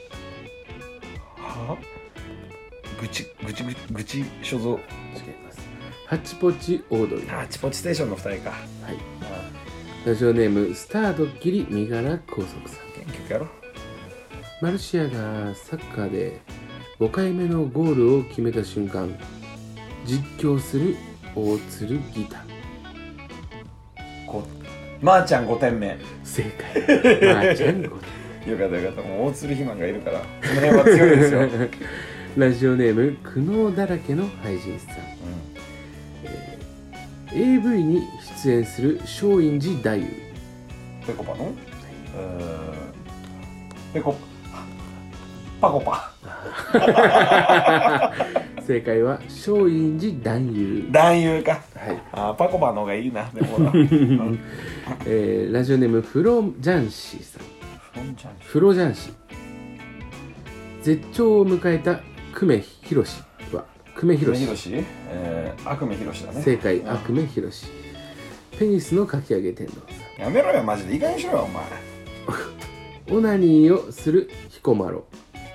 はぐちぐちぐちぐち所蔵。 違います。ハチポチオードリー。 あチポチステーションのふたりか。 はい。ラジオネームスタードッキリ身柄拘束さん。 原曲やろ。 マルシアがサッカーでごかいめのゴールを決めた瞬間、実況する大鶴ギター。 こまー、あ、ちゃんごてんめ。 正解。まーちゃんごてん。 よかったよかった。もう大鶴ひまんがいるからその辺は強いですよ。 ラジオネーム苦悩だらけの俳人さん、うんえー、エーブイ に出演する松陰寺太夫。 ペコパの、はい、ペコパコパ。 正解は松陰寺男優。 男優か。 はい。 あ、パコパの方がいいなでもな。うん、 えー、ラジオネームフロジャンシーさん。フロジャンシ。絶頂を迎えた久米宏は久米宏。 久米宏、えー、悪名宏だね。 正解、悪名宏。ペニスのかき上げ天童さん。 やめろよマジで、いい加減にしろよお前。 オナニーをする彦摩呂。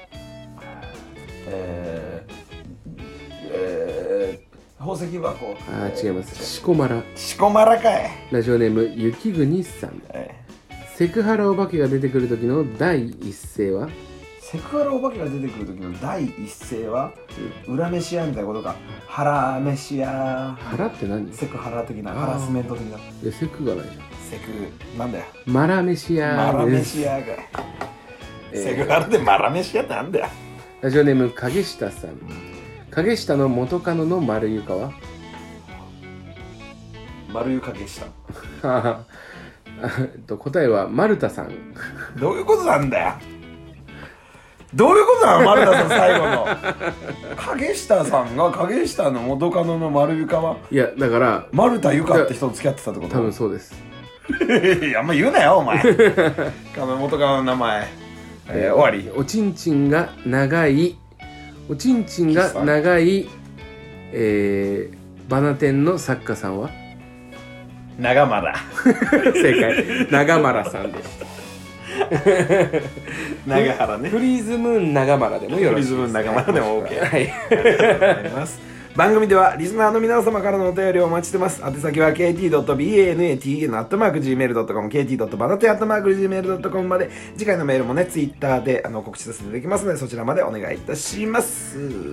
えー、えー、宝石箱。 あー違います。シコマラ。 シコマラかい。 ラジオネーム雪国さん。えーセクハラお化けが出てくる時の第一声は？ セクハラお化けが出てくる時の第一声は、うん、裏飯屋みたいなことか。腹飯屋。 腹って何？ セクハラ的な、ハラスメント的な。 いやセクがないじゃん。 セクなんだよ。 マラ飯屋。 マラ飯屋が、えー、セクハラでマラ飯屋ってなんだよ。 ラジオネーム影下さん。影下の元カノの丸床は？ 丸床影下。 答えは丸田さん。 どういうことなんだよ。どういうことなの丸田さん最後の。影下さんが影下の元カノの丸床は？ いやだから丸田ゆかって人と付き合ってたってこと？ 多分そうです。 いやあんま言うなよお前。元カノの名前、えー、終わり。 おちんちんが長いおちんちんが長い、えー、バナテンの作家さんは？ 長村。 正解、長村さんです。 長原ね。 フリーズムーン長村でもよろしいです、ね。 フリーズムーン長村でも OK。はい。ありがとうございます。 番組ではリスナーの皆様からのお便りをお待ちしてます。宛先は ケーティードットバナテン アットマークジーメールドットコム ケーティードットバナテン アットマークジーメールドットコム まで。次回のメールもね、ツイッターであの告知させていただきますので、そちらまでお願いいたします。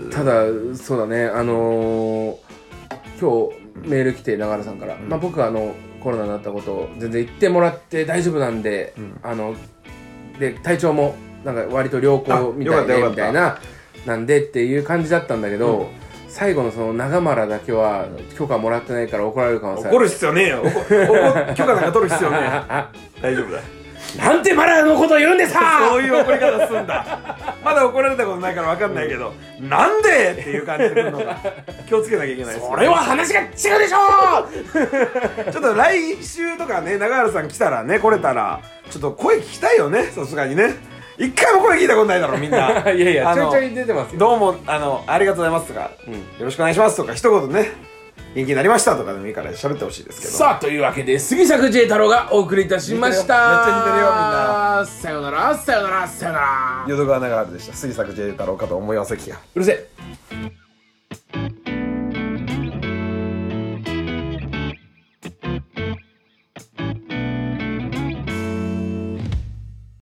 ただそうだね、あのー、今日メール来て長原さんから、うん、まあ、僕はあのコロナになったことを全然言ってもらって大丈夫なんで、うん、あので体調もなんか割と良好みたいでみたいななんでっていう感じだったんだけど、うん、最後のその長村だけは許可もらってないから怒られる可能性ある。 怒る必要ねえよ。許可なんか取る必要ねえ。大丈夫だ。 なんてマラのこと言うんですか。 そういう怒り方すんだ。まだ怒られたことないから分かんないけど、うん、なんでっていう感じで来るのが気をつけなきゃいけないです。 それは話が違うでしょう。ちょっと来週とかね、永原さん来たらね、来れたらちょっと声聞きたいよね。さすがにね、一回も声聞いたことないだろみんな。 いやいや、ちょいちょい出てますよ。 どうもあのありがとうございますとか、うん、よろしくお願いしますとか一言ね、元気になりましたとかでもいいから喋ってほしいですけど。 さあというわけで杉作 J 太郎がお送りいたしました。 めっちゃ似てるよみんな。 さよならさよならさよなら。 淀川長春でした。杉作 J 太郎かと思い合わせきや。 うるせえ。